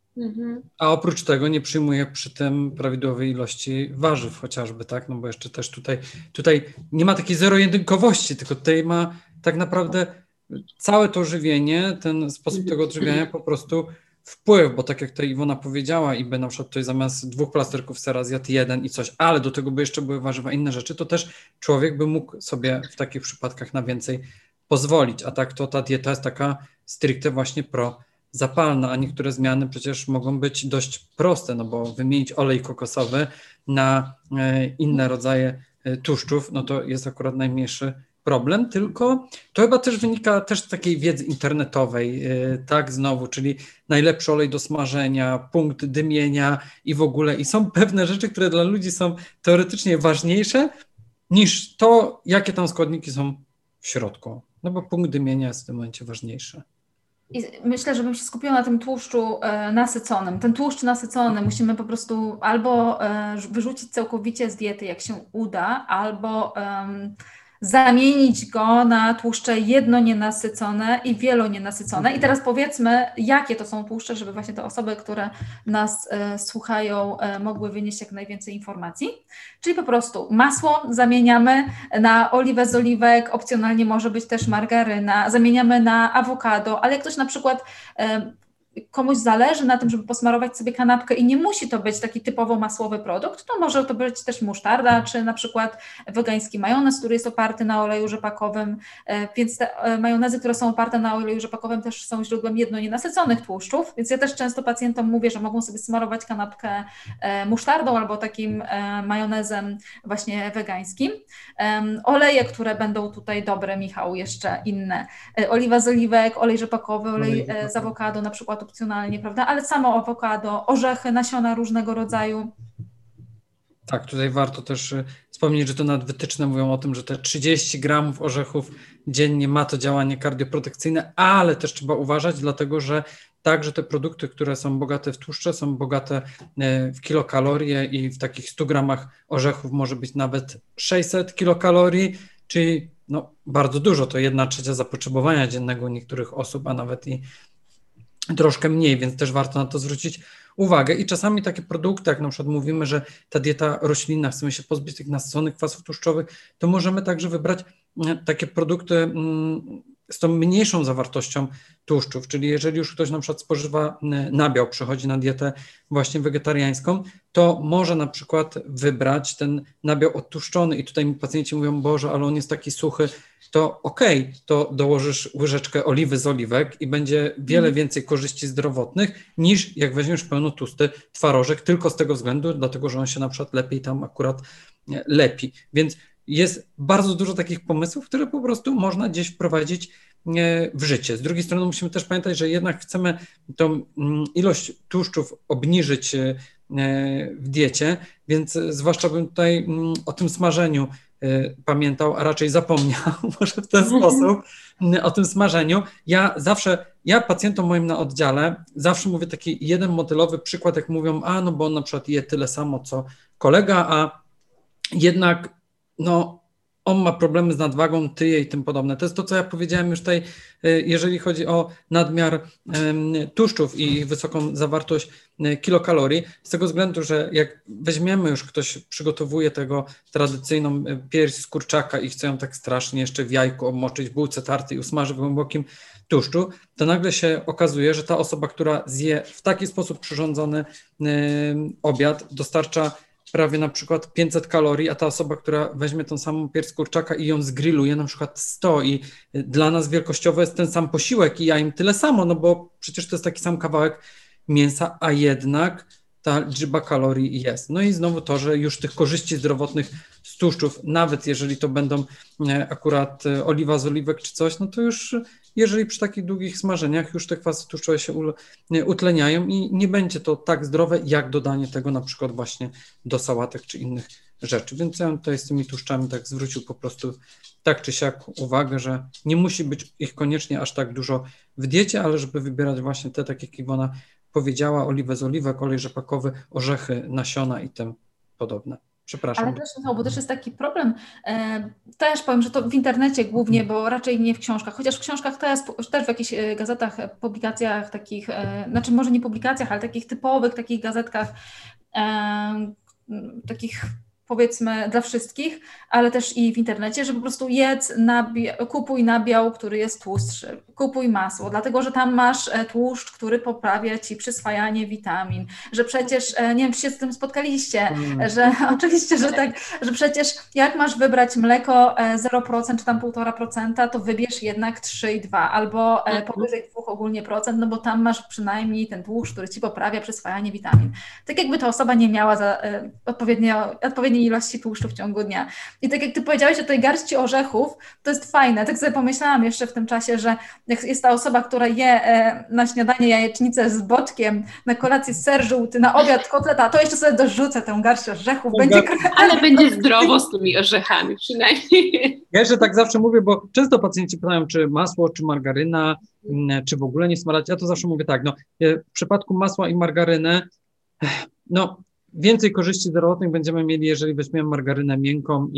A oprócz tego nie przyjmuję przy tym prawidłowej ilości warzyw chociażby, tak? No bo jeszcze też tutaj nie ma takiej zero-jedynkowości, tylko tutaj ma tak naprawdę całe to żywienie, ten sposób tego odżywiania po prostu wpływ, bo tak jak tutaj Iwona powiedziała i by na przykład tutaj zamiast 2 plasterków sera zjadł 1 i coś, ale do tego by jeszcze były warzywa, inne rzeczy, to też człowiek by mógł sobie w takich przypadkach na więcej pozwolić, a tak to ta dieta jest taka stricte właśnie zapalna, a niektóre zmiany przecież mogą być dość proste, no bo wymienić olej kokosowy na inne rodzaje tłuszczów, no to jest akurat najmniejszy problem, tylko to chyba też wynika też z takiej wiedzy internetowej, tak znowu, czyli najlepszy olej do smażenia, punkt dymienia i w ogóle, i są pewne rzeczy, które dla ludzi są teoretycznie ważniejsze niż to, jakie tam składniki są w środku, no bo punkt dymienia jest w tym momencie ważniejszy. I myślę, że bym się skupiła na tym tłuszczu nasyconym. Ten tłuszcz nasycony musimy po prostu albo wyrzucić całkowicie z diety, jak się uda, albo zamienić go na tłuszcze jednonienasycone i wielonienasycone. I teraz powiedzmy, jakie to są tłuszcze, żeby właśnie te osoby, które nas słuchają, mogły wynieść jak najwięcej informacji. Czyli po prostu masło zamieniamy na oliwę z oliwek, opcjonalnie może być też margaryna, zamieniamy na awokado, ale jak ktoś na przykład komuś zależy na tym, żeby posmarować sobie kanapkę i nie musi to być taki typowo masłowy produkt, to może to być też musztarda, czy na przykład wegański majonez, który jest oparty na oleju rzepakowym, więc te majonezy, które są oparte na oleju rzepakowym, też są źródłem jednonienasyconych tłuszczów, więc ja też często pacjentom mówię, że mogą sobie smarować kanapkę musztardą albo takim majonezem właśnie wegańskim. Oleje, które będą tutaj dobre, Michał, jeszcze inne. Oliwa z oliwek, olej rzepakowy, olej z awokado na przykład opcjonalnie, prawda? Ale samo awokado, orzechy, nasiona różnego rodzaju. Tak, tutaj warto też wspomnieć, że to nawet wytyczne mówią o tym, że te 30 gramów orzechów dziennie ma to działanie kardioprotekcyjne, ale też trzeba uważać, dlatego że także te produkty, które są bogate w tłuszcze, są bogate w kilokalorie i w takich 100 gramach orzechów może być nawet 600 kilokalorii, czyli no, bardzo dużo, to 1/3 zapotrzebowania dziennego u niektórych osób, a nawet i troszkę mniej, więc też warto na to zwrócić uwagę. I czasami takie produkty, jak na przykład mówimy, że ta dieta roślinna, chcemy się pozbyć tych nasyconych kwasów tłuszczowych, to możemy także wybrać takie produkty z tą mniejszą zawartością tłuszczów, czyli jeżeli już ktoś na przykład spożywa nabiał, przechodzi na dietę właśnie wegetariańską, to może na przykład wybrać ten nabiał odtłuszczony i tutaj mi pacjenci mówią, Boże, ale on jest taki suchy, to okej, to dołożysz łyżeczkę oliwy z oliwek i będzie wiele więcej korzyści zdrowotnych niż jak weźmiesz pełnotłusty twarożek tylko z tego względu, dlatego że on się na przykład lepiej tam akurat lepi, więc jest bardzo dużo takich pomysłów, które po prostu można gdzieś wprowadzić w życie. Z drugiej strony musimy też pamiętać, że jednak chcemy tą ilość tłuszczów obniżyć w diecie, więc zwłaszcza bym tutaj o tym smażeniu pamiętał, a raczej zapomniał, może w ten sposób, o tym smażeniu. Ja pacjentom moim na oddziale zawsze mówię taki jeden modelowy przykład, jak mówią, no bo on na przykład je tyle samo co kolega, a jednak no, on ma problemy z nadwagą, tyje i tym podobne. To jest to, co ja powiedziałem już tutaj, jeżeli chodzi o nadmiar tłuszczów i ich wysoką zawartość kilokalorii, z tego względu, że jak weźmiemy już, ktoś przygotowuje tego tradycyjną pierś z kurczaka i chce ją tak strasznie jeszcze w jajku obmoczyć, w bułce tartej i usmaży w głębokim tłuszczu, to nagle się okazuje, że ta osoba, która zje w taki sposób przyrządzony obiad, dostarcza prawie na przykład 500 kalorii, a ta osoba, która weźmie tą samą pierś kurczaka i ją zgrilluje na przykład 100 i dla nas wielkościowo jest ten sam posiłek i ja im tyle samo, no bo przecież to jest taki sam kawałek mięsa, a jednak ta liczba kalorii jest. No i znowu to, że już tych korzyści zdrowotnych z tłuszczów, nawet jeżeli to będą akurat oliwa z oliwek czy coś, no to już jeżeli przy takich długich smażeniach już te kwasy tłuszczowe się utleniają i nie będzie to tak zdrowe, jak dodanie tego na przykład właśnie do sałatek czy innych rzeczy. Więc ja bym tutaj z tymi tłuszczami tak zwrócił po prostu tak czy siak uwagę, że nie musi być ich koniecznie aż tak dużo w diecie, ale żeby wybierać właśnie te, tak jak Iwona powiedziała, oliwę z oliwek, olej rzepakowy, orzechy, nasiona i tym podobne. Przepraszam. Ale też, no, bo też jest taki problem, też powiem, że to w internecie głównie, bo raczej nie w książkach, chociaż w książkach też w jakichś gazetach, publikacjach takich, znaczy może nie publikacjach, ale takich typowych, takich gazetkach, takich powiedzmy dla wszystkich, ale też i w internecie, że po prostu kupuj nabiał, który jest tłustszy, kupuj masło, dlatego że tam masz tłuszcz, który poprawia Ci przyswajanie witamin, że przecież, nie wiem, czy się z tym spotkaliście, że oczywiście, że tak, że przecież jak masz wybrać mleko 0% czy tam 1,5%, to wybierz jednak 3,2 albo powyżej 2 ogólnie procent, no bo tam masz przynajmniej ten tłuszcz, który Ci poprawia przyswajanie witamin. Tak jakby ta osoba nie miała odpowiedniej ilości tłuszczu w ciągu dnia. I tak jak Ty powiedziałeś o tej garści orzechów, to jest fajne. Tak sobie pomyślałam jeszcze w tym czasie, że jak jest ta osoba, która je na śniadanie jajecznicę z boczkiem, na kolację ser żółty, na obiad kotleta, to jeszcze sobie dorzucę tę garść orzechów. Ale będzie zdrowo z tymi orzechami przynajmniej. Ja jeszcze tak zawsze mówię, bo często pacjenci pytają, czy masło, czy margaryna, czy w ogóle nie smalać. Ja to zawsze mówię tak, no w przypadku masła i margaryny, no więcej korzyści zdrowotnych będziemy mieli, jeżeli weźmiemy margarynę miękką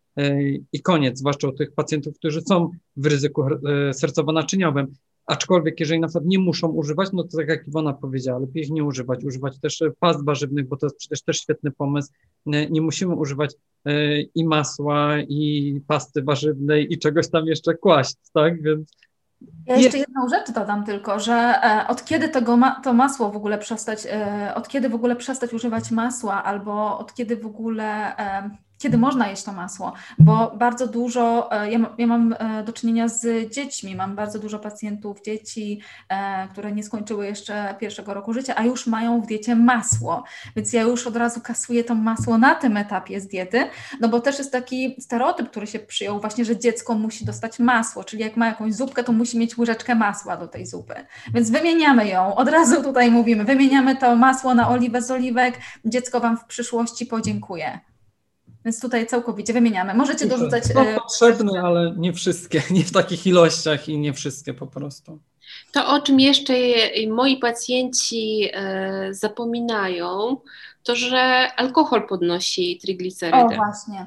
i koniec, zwłaszcza u tych pacjentów, którzy są w ryzyku sercowo-naczyniowym. Aczkolwiek jeżeli na przykład nie muszą używać, no to tak jak Iwona powiedziała, lepiej ich nie używać. Używać też past warzywnych, bo to jest przecież też świetny pomysł. Nie musimy używać i masła, i pasty warzywnej, i czegoś tam jeszcze kłaść, tak? Więc ja jeszcze jedną rzecz dodam tylko, że od kiedy to masło w ogóle od kiedy w ogóle przestać używać masła, albo od kiedy w ogóle, kiedy można jeść to masło, bo bardzo dużo, ja mam do czynienia z dziećmi, mam bardzo dużo pacjentów, dzieci, które nie skończyły jeszcze pierwszego roku życia, a już mają w diecie masło, więc ja już od razu kasuję to masło na tym etapie z diety, no bo też jest taki stereotyp, który się przyjął właśnie, że dziecko musi dostać masło, czyli jak ma jakąś zupkę, to musi mieć łyżeczkę masła do tej zupy, więc wymieniamy ją, od razu tutaj mówimy, wymieniamy to masło na oliwę z oliwek, dziecko Wam w przyszłości podziękuje. Więc tutaj całkowicie wymieniamy. Możecie dorzucać... No potrzebne, ale nie wszystkie, nie w takich ilościach i nie wszystkie po prostu. To, o czym jeszcze moi pacjenci zapominają, to, że alkohol podnosi triglicerydy. O, właśnie.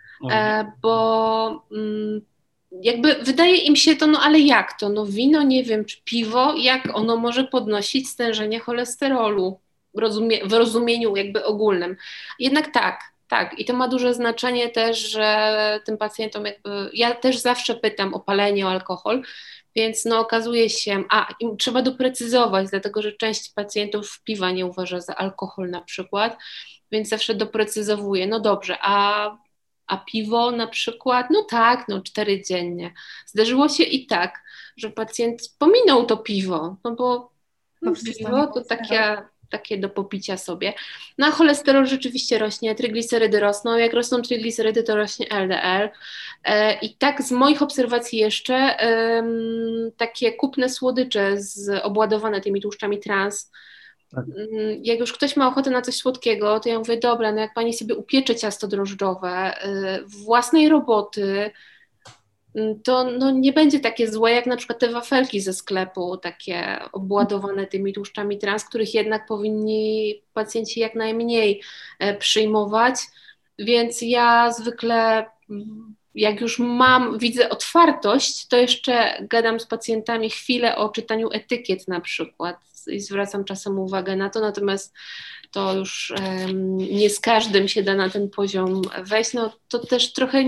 Bo jakby wydaje im się to, no ale jak to? No wino, nie wiem, czy piwo, jak ono może podnosić stężenie cholesterolu w rozumieniu jakby ogólnym. Jednak tak. I to ma duże znaczenie też, że tym pacjentom jakby, ja też zawsze pytam o palenie, o alkohol, więc no okazuje się, trzeba doprecyzować, dlatego że część pacjentów piwa nie uważa za alkohol na przykład, więc zawsze doprecyzowuję, no dobrze, a piwo na przykład, no tak, 4 dziennie. Zdarzyło się i tak, że pacjent pominął to piwo, no bo piwo to takie do popicia sobie. No a cholesterol rzeczywiście rośnie, triglicerydy rosną, jak rosną triglicerydy, to rośnie LDL. I tak z moich obserwacji jeszcze takie kupne słodycze obładowane tymi tłuszczami trans, tak. Jak już ktoś ma ochotę na coś słodkiego, to ja mówię, dobra, no jak pani sobie upiecze ciasto drożdżowe własnej roboty, to no nie będzie takie złe jak na przykład te wafelki ze sklepu, takie obładowane tymi tłuszczami trans, których jednak powinni pacjenci jak najmniej przyjmować, więc ja zwykle jak już widzę otwartość, to jeszcze gadam z pacjentami chwilę o czytaniu etykiet na przykład i zwracam czasem uwagę na to, natomiast to już nie z każdym się da na ten poziom wejść, no to też trochę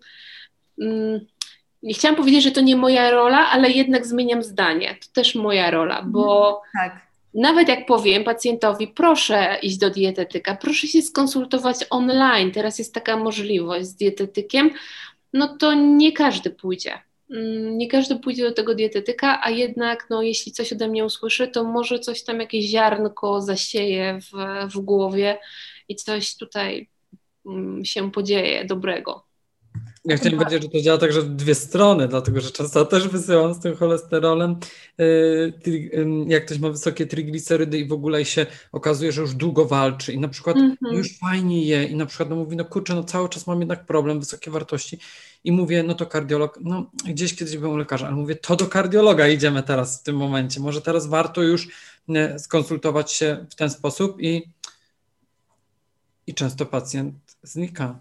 nie chciałam powiedzieć, że to nie moja rola, ale jednak zmieniam zdanie. To też moja rola, bo Nawet jak powiem pacjentowi, proszę iść do dietetyka, proszę się skonsultować online, teraz jest taka możliwość z dietetykiem, no to nie każdy pójdzie. Nie każdy pójdzie do tego dietetyka, a jednak no, jeśli coś ode mnie usłyszy, to może coś tam, jakieś ziarnko zasieje w głowie i coś tutaj się podzieje dobrego. Ja chciałem powiedzieć, że to działa także w dwie strony, dlatego że często też wysyłam z tym cholesterolem, jak ktoś ma wysokie triglicerydy i w ogóle się okazuje, że już długo walczy i na przykład no już fajnie je i na przykład no mówi, no kurczę, no cały czas mam jednak problem, wysokie wartości i mówię, no to kardiolog, no gdzieś kiedyś byłem u lekarza, ale mówię, to do kardiologa idziemy teraz w tym momencie, może teraz warto już skonsultować się w ten sposób i często pacjent znika.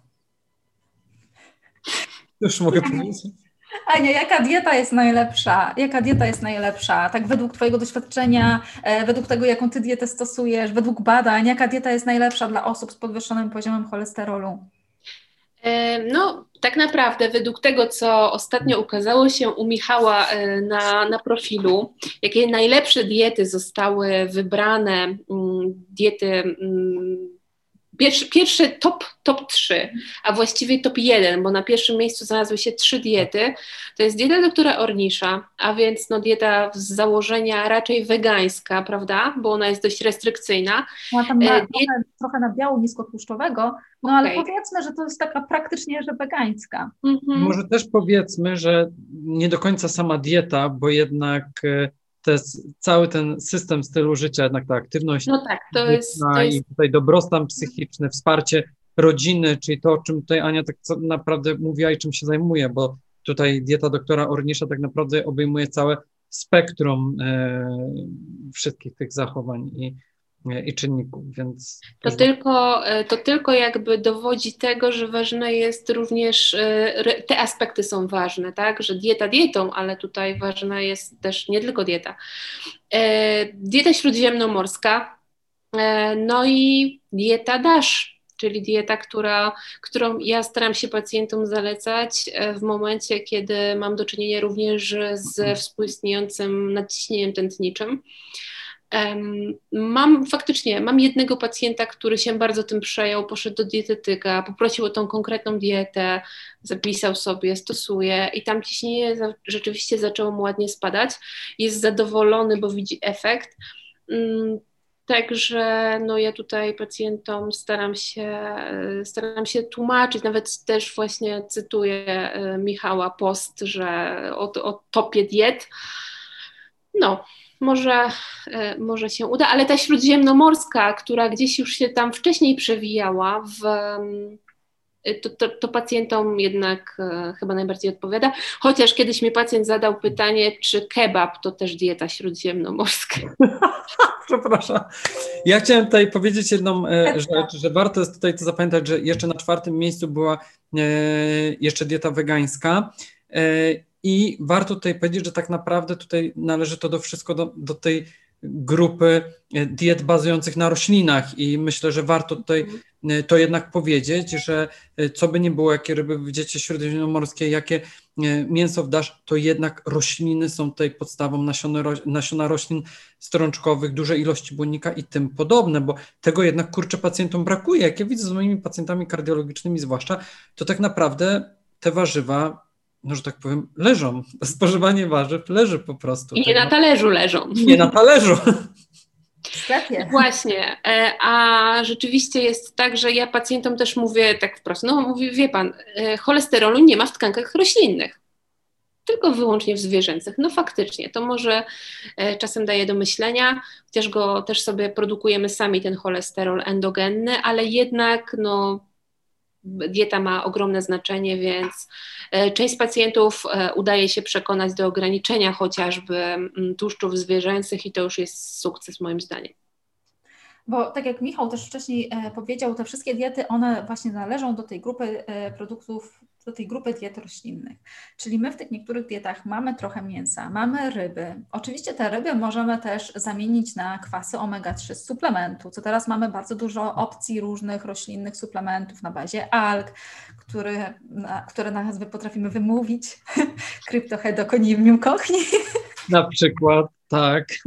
Już mogę powiedzieć. Ania, jaka dieta jest najlepsza? Jaka dieta jest najlepsza? Tak według Twojego doświadczenia, według tego, jaką Ty dietę stosujesz, według badań, jaka dieta jest najlepsza dla osób z podwyższonym poziomem cholesterolu? No, tak naprawdę według tego, co ostatnio ukazało się u Michała na profilu, jakie najlepsze diety zostały wybrane, diety pierwsze top 3, a właściwie top 1, bo na pierwszym miejscu znalazły się 3 diety. To jest dieta doktora Ornisza, a więc no dieta z założenia raczej wegańska, prawda, bo ona jest dość restrykcyjna. Ma tam trochę nabiału niskotłuszczowego, no ale powiedzmy, że to jest taka praktycznie, że wegańska. Może też powiedzmy, że nie do końca sama dieta, bo jednak to jest cały ten system stylu życia, jednak ta aktywność to jest... i tutaj dobrostan psychiczny, wsparcie rodziny, czyli to, o czym tutaj Ania tak naprawdę mówiła i czym się zajmuje, bo tutaj dieta doktora Ornisza tak naprawdę obejmuje całe spektrum wszystkich tych zachowań i czynników, więc... To tylko jakby dowodzi tego, że ważne jest również, te aspekty są ważne, tak, że dieta dietą, ale tutaj ważna jest też nie tylko dieta. Dieta śródziemnomorska, no i dieta DASH, czyli dieta, którą ja staram się pacjentom zalecać w momencie, kiedy mam do czynienia również ze współistniejącym nadciśnieniem tętniczym. Mam jednego pacjenta, który się bardzo tym przejął, poszedł do dietetyka, poprosił o tą konkretną dietę, zapisał sobie, stosuje i tam ciśnienie rzeczywiście zaczęło mu ładnie spadać. Jest zadowolony, bo widzi efekt. Także no ja tutaj pacjentom staram się tłumaczyć, nawet też właśnie cytuję Michała post, że o topie diet. No, może się uda, ale ta śródziemnomorska, która gdzieś już się tam wcześniej przewijała, to pacjentom jednak chyba najbardziej odpowiada. Chociaż kiedyś mi pacjent zadał pytanie, czy kebab to też dieta śródziemnomorska. Przepraszam. Ja chciałem tutaj powiedzieć jedną rzecz, że warto jest tutaj to zapamiętać, że jeszcze na 4. miejscu była jeszcze dieta wegańska. I warto tutaj powiedzieć, że tak naprawdę tutaj należy to wszystko do tej grupy diet bazujących na roślinach i myślę, że warto tutaj to jednak powiedzieć, że co by nie było, jakie ryby w diecie śródziemnomorskiej, jakie mięso w DASH, to jednak rośliny są tutaj podstawą, nasiona roślin strączkowych, duże ilości błonnika i tym podobne, bo tego jednak kurczę pacjentom brakuje. Jak ja widzę z moimi pacjentami kardiologicznymi zwłaszcza, to tak naprawdę te warzywa, no, że tak powiem, leżą. Spożywanie warzyw leży po prostu. I nie na talerzu leżą. Nie na talerzu. Właśnie, a rzeczywiście jest tak, że ja pacjentom też mówię tak wprost, no mówię, wie pan, cholesterolu nie ma w tkankach roślinnych, tylko wyłącznie w zwierzęcych. No faktycznie, to może czasem daje do myślenia, chociaż go też sobie produkujemy sami, ten cholesterol endogenny, ale jednak no dieta ma ogromne znaczenie, więc część pacjentów udaje się przekonać do ograniczenia chociażby tłuszczów zwierzęcych i to już jest sukces moim zdaniem. Bo tak jak Michał też wcześniej powiedział, te wszystkie diety, one właśnie należą do tej grupy produktów, do tej grupy diet roślinnych. Czyli my w tych niektórych dietach mamy trochę mięsa, mamy ryby. Oczywiście te ryby możemy też zamienić na kwasy omega-3 z suplementu, co teraz mamy bardzo dużo opcji różnych roślinnych suplementów na bazie alg, które nazwy potrafimy wymówić. Cryptohedoconium cochni. Na przykład, tak.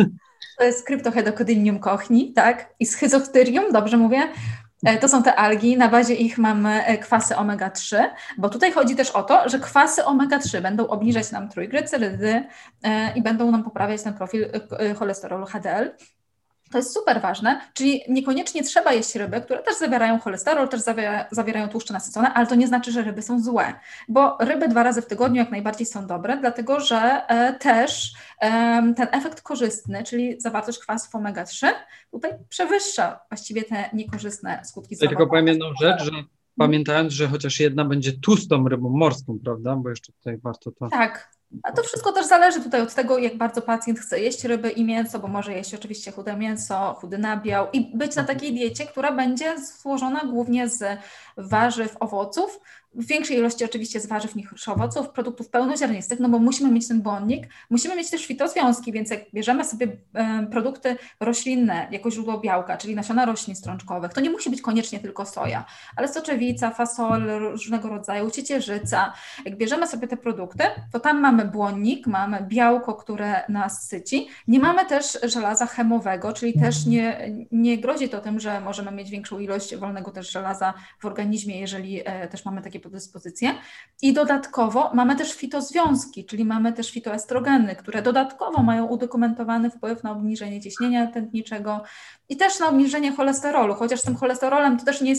To jest Cryptohedocodylium kochni, tak? I Schizophtyrium, dobrze mówię? To są te algi, na bazie ich mamy kwasy omega-3, bo tutaj chodzi też o to, że kwasy omega-3 będą obniżać nam trójglycerydy i będą nam poprawiać ten profil cholesterolu HDL. To jest super ważne, czyli niekoniecznie trzeba jeść ryby, które też zawierają cholesterol, też zawierają tłuszcze nasycone, ale to nie znaczy, że ryby są złe, bo ryby 2 razy w tygodniu jak najbardziej są dobre, dlatego że też ten efekt korzystny, czyli zawartość kwasów omega-3 tutaj przewyższa właściwie te niekorzystne skutki zdrowotne. Tylko powiem jedną rzecz, że pamiętając, że chociaż jedna będzie tłustą rybą morską, prawda, bo jeszcze tutaj warto to... Tak. A to wszystko też zależy tutaj od tego, jak bardzo pacjent chce jeść ryby i mięso, bo może jeść oczywiście chude mięso, chudy nabiał i być na takiej diecie, która będzie złożona głównie z warzyw, owoców, w większej ilości oczywiście z warzyw niż owoców, produktów pełnoziarnistych, no bo musimy mieć ten błonnik, musimy mieć też fitozwiązki, więc jak bierzemy sobie produkty roślinne jako źródło białka, czyli nasiona roślin strączkowych, to nie musi być koniecznie tylko soja, ale soczewica, fasol różnego rodzaju, ciecierzyca. Jak bierzemy sobie te produkty, to tam mamy błonnik, mamy białko, które nas syci, nie mamy też żelaza chemowego, czyli też nie grozi to tym, że możemy mieć większą ilość wolnego też żelaza w organizmie, jeżeli też mamy takie predyspozycje. I dodatkowo mamy też fitozwiązki, czyli mamy też fitoestrogeny, które dodatkowo mają udokumentowany wpływ na obniżenie ciśnienia tętniczego i też na obniżenie cholesterolu, chociaż z tym cholesterolem to też nie jest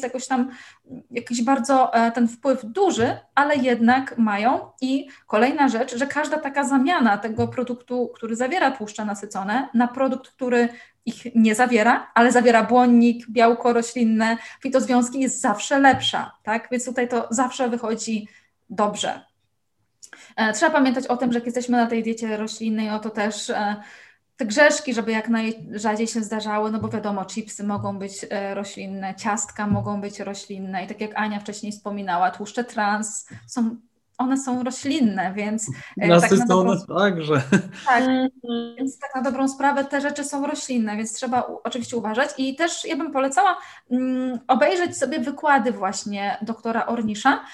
jakiś bardzo ten wpływ duży, ale jednak mają. I kolejna rzecz, że każda taka zamiana tego produktu, który zawiera tłuszcze nasycone, na produkt, który ich nie zawiera, ale zawiera błonnik, białko roślinne, fitozwiązki, jest zawsze lepsza, tak? Więc tutaj to zawsze wychodzi dobrze. Trzeba pamiętać o tym, że jak jesteśmy na tej diecie roślinnej, to też te grzeszki, żeby jak najrzadziej się zdarzały, no bo wiadomo, chipsy mogą być roślinne, ciastka mogą być roślinne i tak jak Ania wcześniej wspominała, tłuszcze trans one są roślinne, więc nasycone także. Tak, więc tak na dobrą sprawę te rzeczy są roślinne, więc trzeba oczywiście uważać i też ja bym polecała obejrzeć sobie wykłady właśnie doktora Ornisza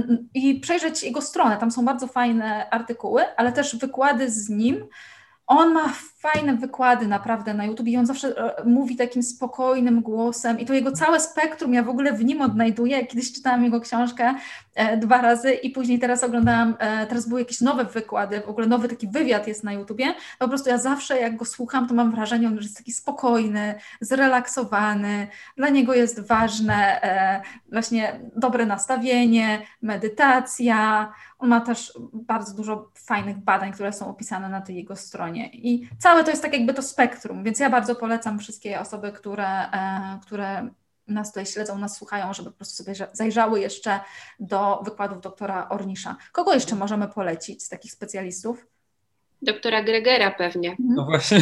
i przejrzeć jego stronę, tam są bardzo fajne artykuły, ale też wykłady z nim. On ma fajne wykłady naprawdę na YouTube i on zawsze mówi takim spokojnym głosem i to jego całe spektrum ja w ogóle w nim odnajduję. Kiedyś czytałam jego książkę 2 razy i później teraz oglądałam, teraz były jakieś nowe wykłady, w ogóle nowy taki wywiad jest na YouTubie. Po prostu ja zawsze jak go słucham, to mam wrażenie, że jest taki spokojny, zrelaksowany. Dla niego jest ważne właśnie dobre nastawienie, medytacja. On ma też bardzo dużo fajnych badań, które są opisane na tej jego stronie i całe to jest tak jakby to spektrum, więc ja bardzo polecam wszystkie osoby, które nas tutaj śledzą, nas słuchają, żeby po prostu sobie zajrzały jeszcze do wykładów doktora Ornisza. Kogo jeszcze możemy polecić z takich specjalistów? Doktora Gregera pewnie. No właśnie.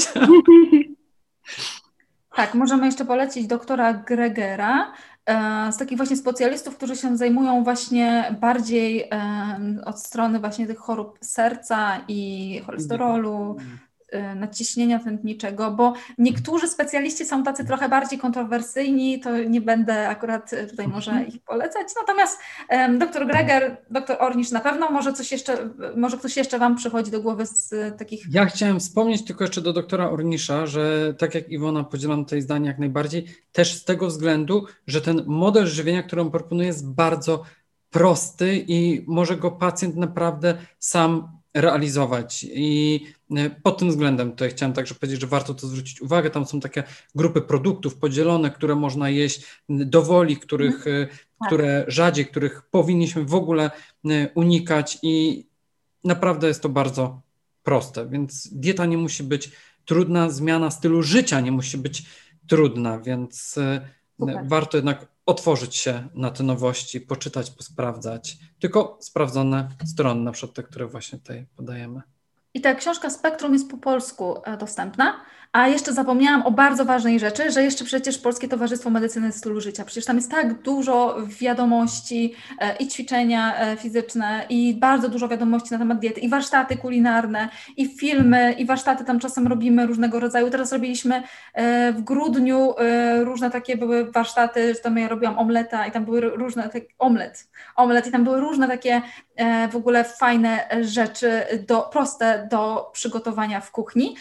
Tak, możemy jeszcze polecić doktora Gregera, z takich właśnie specjalistów, którzy się zajmują właśnie bardziej od strony właśnie tych chorób serca i cholesterolu, nadciśnienia tętniczego, bo niektórzy specjaliści są tacy trochę bardziej kontrowersyjni, to nie będę akurat tutaj może ich polecać, natomiast dr Greger, dr Ornisz na pewno, może ktoś jeszcze Wam przychodzi do głowy z takich... Ja chciałem wspomnieć tylko jeszcze do doktora Ornisza, że tak jak Iwona, podzielam tutaj zdanie jak najbardziej, też z tego względu, że ten model żywienia, który on proponuje, jest bardzo prosty i może go pacjent naprawdę sam realizować i pod tym względem tutaj chciałem także powiedzieć, że warto to zwrócić uwagę, tam są takie grupy produktów podzielone, które można jeść dowoli, które rzadziej, których powinniśmy w ogóle unikać i naprawdę jest to bardzo proste, więc dieta nie musi być trudna, zmiana stylu życia nie musi być trudna, więc warto jednak otworzyć się na te nowości, poczytać, posprawdzać, tylko sprawdzone strony, na przykład te, które właśnie tutaj podajemy. I ta książka Spektrum jest po polsku dostępna, a jeszcze zapomniałam o bardzo ważnej rzeczy, że jeszcze przecież Polskie Towarzystwo Medycyny Stylu Życia, przecież tam jest tak dużo wiadomości i ćwiczenia fizyczne i bardzo dużo wiadomości na temat diety i warsztaty kulinarne i filmy i warsztaty tam czasem robimy różnego rodzaju. Teraz robiliśmy w grudniu różne takie były warsztaty, że tam ja robiłam omleta i tam były różne, omlet i tam były różne takie w ogóle fajne rzeczy proste do przygotowania w kuchni.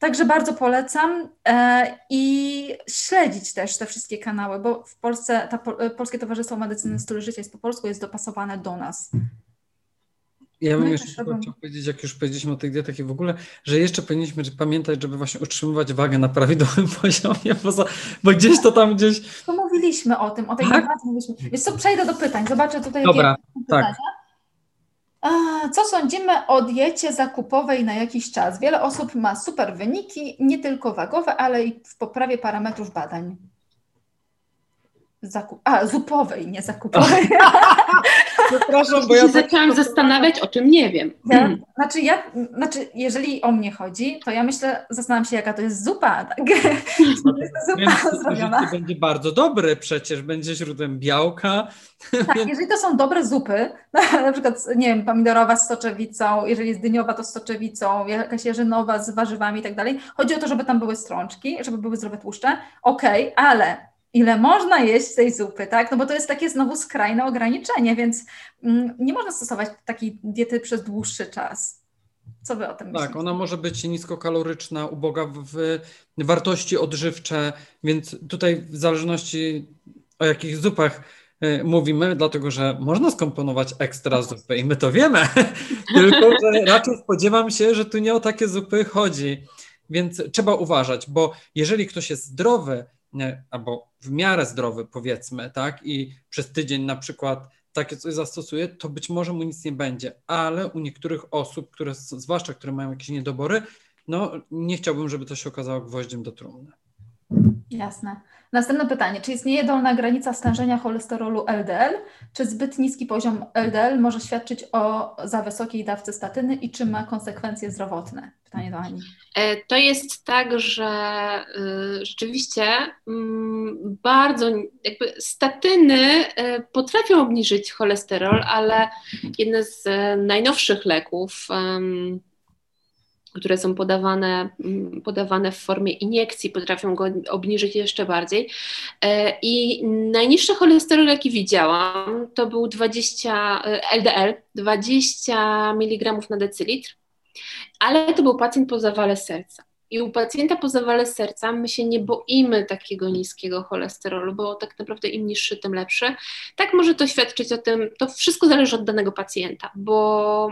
Także bardzo polecam i śledzić też te wszystkie kanały, bo w Polsce Polskie Towarzystwo Medycyny Stylu Życia jest po polsku, jest dopasowane do nas. Ja bym No i jeszcze też chciał robią. powiedzieć, jak już powiedzieliśmy o tych dietach i w ogóle, że jeszcze powinniśmy pamiętać, żeby właśnie utrzymywać wagę na prawidłowym poziomie, bo gdzieś to tam gdzieś... To mówiliśmy o tym, o tej Tak? nadwadze mówiliśmy. Więc co, przejdę do pytań, zobaczę tutaj Dobra, jakie są tak. pytania. Co sądzimy o diecie zakupowej na jakiś czas? Wiele osób ma super wyniki, nie tylko wagowe, ale i w poprawie parametrów badań. Zupowej, nie zakupowej. Przepraszam, bo Ja ja się zaczęłam zastanawiać, o czym nie wiem. Znaczy, jeżeli o mnie chodzi, to ja myślę, zastanawiam się, jaka to jest zupa. Tak? Jest to zupa zrobiona. Życie będzie bardzo dobre, przecież będzie źródłem białka. Tak, jeżeli to są dobre zupy, na przykład, nie wiem, pomidorowa z soczewicą, jeżeli jest dyniowa, to z soczewicą, jakaś jarzynowa z warzywami i tak dalej. Chodzi o to, żeby tam były strączki, żeby były zdrowe tłuszcze. Okej, ale ile można jeść tej zupy, tak? No bo to jest takie znowu skrajne ograniczenie, więc nie można stosować takiej diety przez dłuższy czas. Co wy o tym myślicie? Tak, ona może być niskokaloryczna, uboga w wartości odżywcze, więc tutaj w zależności o jakich zupach mówimy, dlatego że można skomponować ekstra zupy i my to wiemy, tylko że raczej spodziewam się, że tu nie o takie zupy chodzi, więc trzeba uważać, bo jeżeli ktoś jest zdrowy, albo w miarę zdrowy powiedzmy, tak, i przez tydzień na przykład takie coś zastosuje, to być może mu nic nie będzie, ale u niektórych osób, zwłaszcza które mają jakieś niedobory, no nie chciałbym, żeby to się okazało gwoździem do trumny. Jasne. Następne pytanie. Czy istnieje dolna granica stężenia cholesterolu LDL? Czy zbyt niski poziom LDL może świadczyć o za wysokiej dawce statyny i czy ma konsekwencje zdrowotne? Pytanie do Ani. To jest tak, że rzeczywiście bardzo jakby statyny potrafią obniżyć cholesterol, ale jedne z najnowszych leków, które są podawane w formie iniekcji, potrafią go obniżyć jeszcze bardziej. I najniższy cholesterol, jaki widziałam, to był 20 LDL, 20 mg na decylitr, ale to był pacjent po zawale serca. I u pacjenta po zawale serca my się nie boimy takiego niskiego cholesterolu, bo tak naprawdę im niższy, tym lepszy. Tak może to świadczyć o tym, to wszystko zależy od danego pacjenta, bo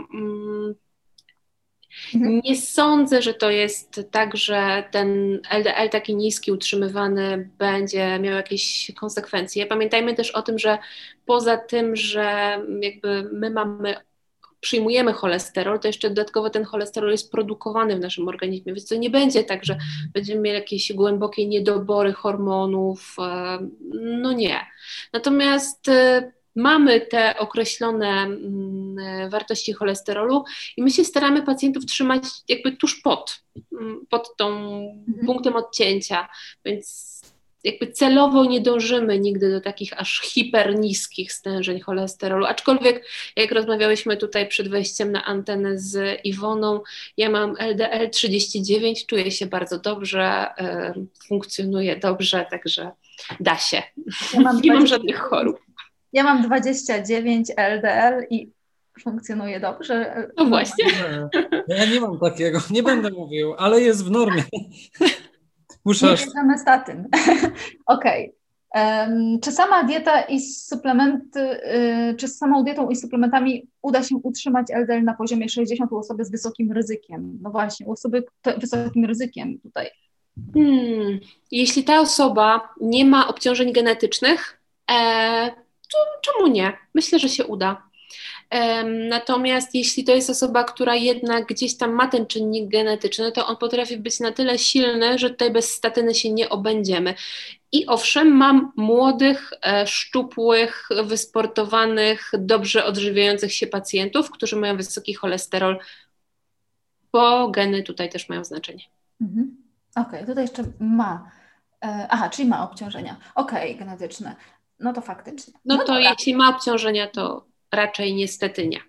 nie sądzę, że to jest tak, że ten LDL taki niski, utrzymywany będzie miał jakieś konsekwencje. Pamiętajmy też o tym, że poza tym, że jakby my przyjmujemy cholesterol, to jeszcze dodatkowo ten cholesterol jest produkowany w naszym organizmie, więc to nie będzie tak, że będziemy mieli jakieś głębokie niedobory hormonów, no nie. Natomiast mamy te określone wartości cholesterolu i my się staramy pacjentów trzymać jakby tuż pod tą punktem odcięcia, więc jakby celowo nie dążymy nigdy do takich aż hiperniskich stężeń cholesterolu, aczkolwiek jak rozmawiałyśmy tutaj przed wejściem na antenę z Iwoną, ja mam LDL 39, czuję się bardzo dobrze, funkcjonuję dobrze, także da się. Nie mam żadnych chorób. Ja mam 29 LDL i funkcjonuje dobrze. No właśnie. Ja nie mam takiego, nie będę mówił, ale jest w normie. Nie bierzemy statyn. Okej. Czy sama dieta i suplementy, czy z samą dietą i suplementami uda się utrzymać LDL na poziomie 60 u osoby z wysokim ryzykiem? No właśnie, u osoby z wysokim ryzykiem tutaj. Jeśli ta osoba nie ma obciążeń genetycznych, to czemu nie? Myślę, że się uda. Natomiast jeśli to jest osoba, która jednak gdzieś tam ma ten czynnik genetyczny, to on potrafi być na tyle silny, że tutaj bez statyny się nie obędziemy. I owszem, mam młodych, szczupłych, wysportowanych, dobrze odżywiających się pacjentów, którzy mają wysoki cholesterol, bo geny tutaj też mają znaczenie. Okej, tutaj jeszcze ma. Czyli ma obciążenia. Genetyczne. No to faktycznie. No to dobra. Jeśli ma obciążenia, to raczej niestety nie.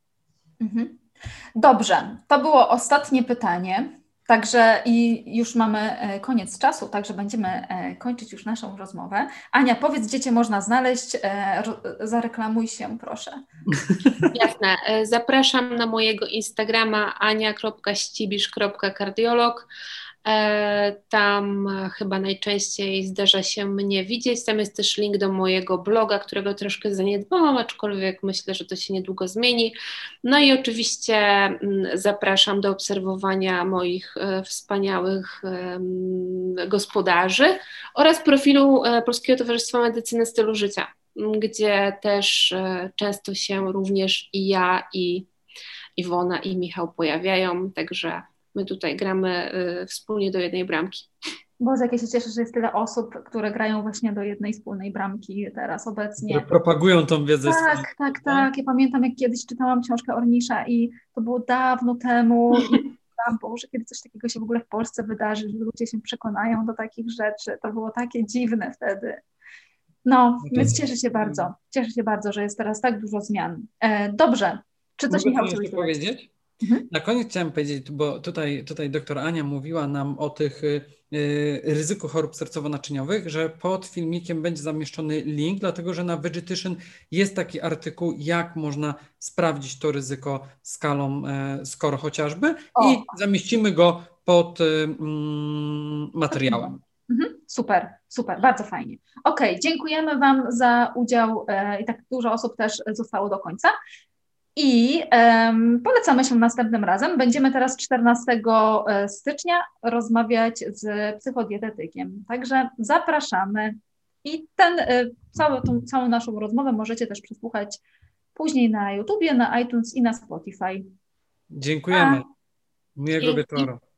Dobrze, to było ostatnie pytanie. Także i już mamy koniec czasu, także będziemy kończyć już naszą rozmowę. Ania, powiedz, gdzie Cię można znaleźć, zareklamuj się, proszę. Jasne, zapraszam na mojego Instagrama ania.ścibisz.kardiolog. Tam chyba najczęściej zdarza się mnie widzieć. Tam jest też link do mojego bloga, którego troszkę zaniedbałam, aczkolwiek myślę, że to się niedługo zmieni. No i oczywiście zapraszam do obserwowania moich wspaniałych gospodarzy oraz profilu Polskiego Towarzystwa Medycyny Stylu Życia, gdzie też często się również i ja, i Iwona, i Michał pojawiają, także my tutaj gramy wspólnie do jednej bramki. Boże, jak ja się cieszę, że jest tyle osób, które grają właśnie do jednej wspólnej bramki teraz obecnie. Które propagują tą wiedzę. Tak. Ja pamiętam, jak kiedyś czytałam książkę Ornisza i to było dawno temu i Boże, kiedy coś takiego się w ogóle w Polsce wydarzy, że ludzie się przekonają do takich rzeczy. To było takie dziwne wtedy. No, więc cieszę się bardzo, że jest teraz tak dużo zmian. Dobrze. Czy coś, Michał, chciałeś powiedzieć? Na koniec chciałem powiedzieć, bo tutaj doktor Ania mówiła nam o tych ryzyku chorób sercowo-naczyniowych, że pod filmikiem będzie zamieszczony link, dlatego że na Vegetation jest taki artykuł, jak można sprawdzić to ryzyko skalą SCORE chociażby i zamieścimy go pod materiałem. Super, bardzo fajnie. Okej, dziękujemy Wam za udział i tak dużo osób też zostało do końca. I polecamy się następnym razem. Będziemy teraz 14 stycznia rozmawiać z psychodietetykiem. Także zapraszamy. I całą naszą rozmowę możecie też przesłuchać później na YouTubie, na iTunes i na Spotify. Dziękujemy. Miłego wieczoru.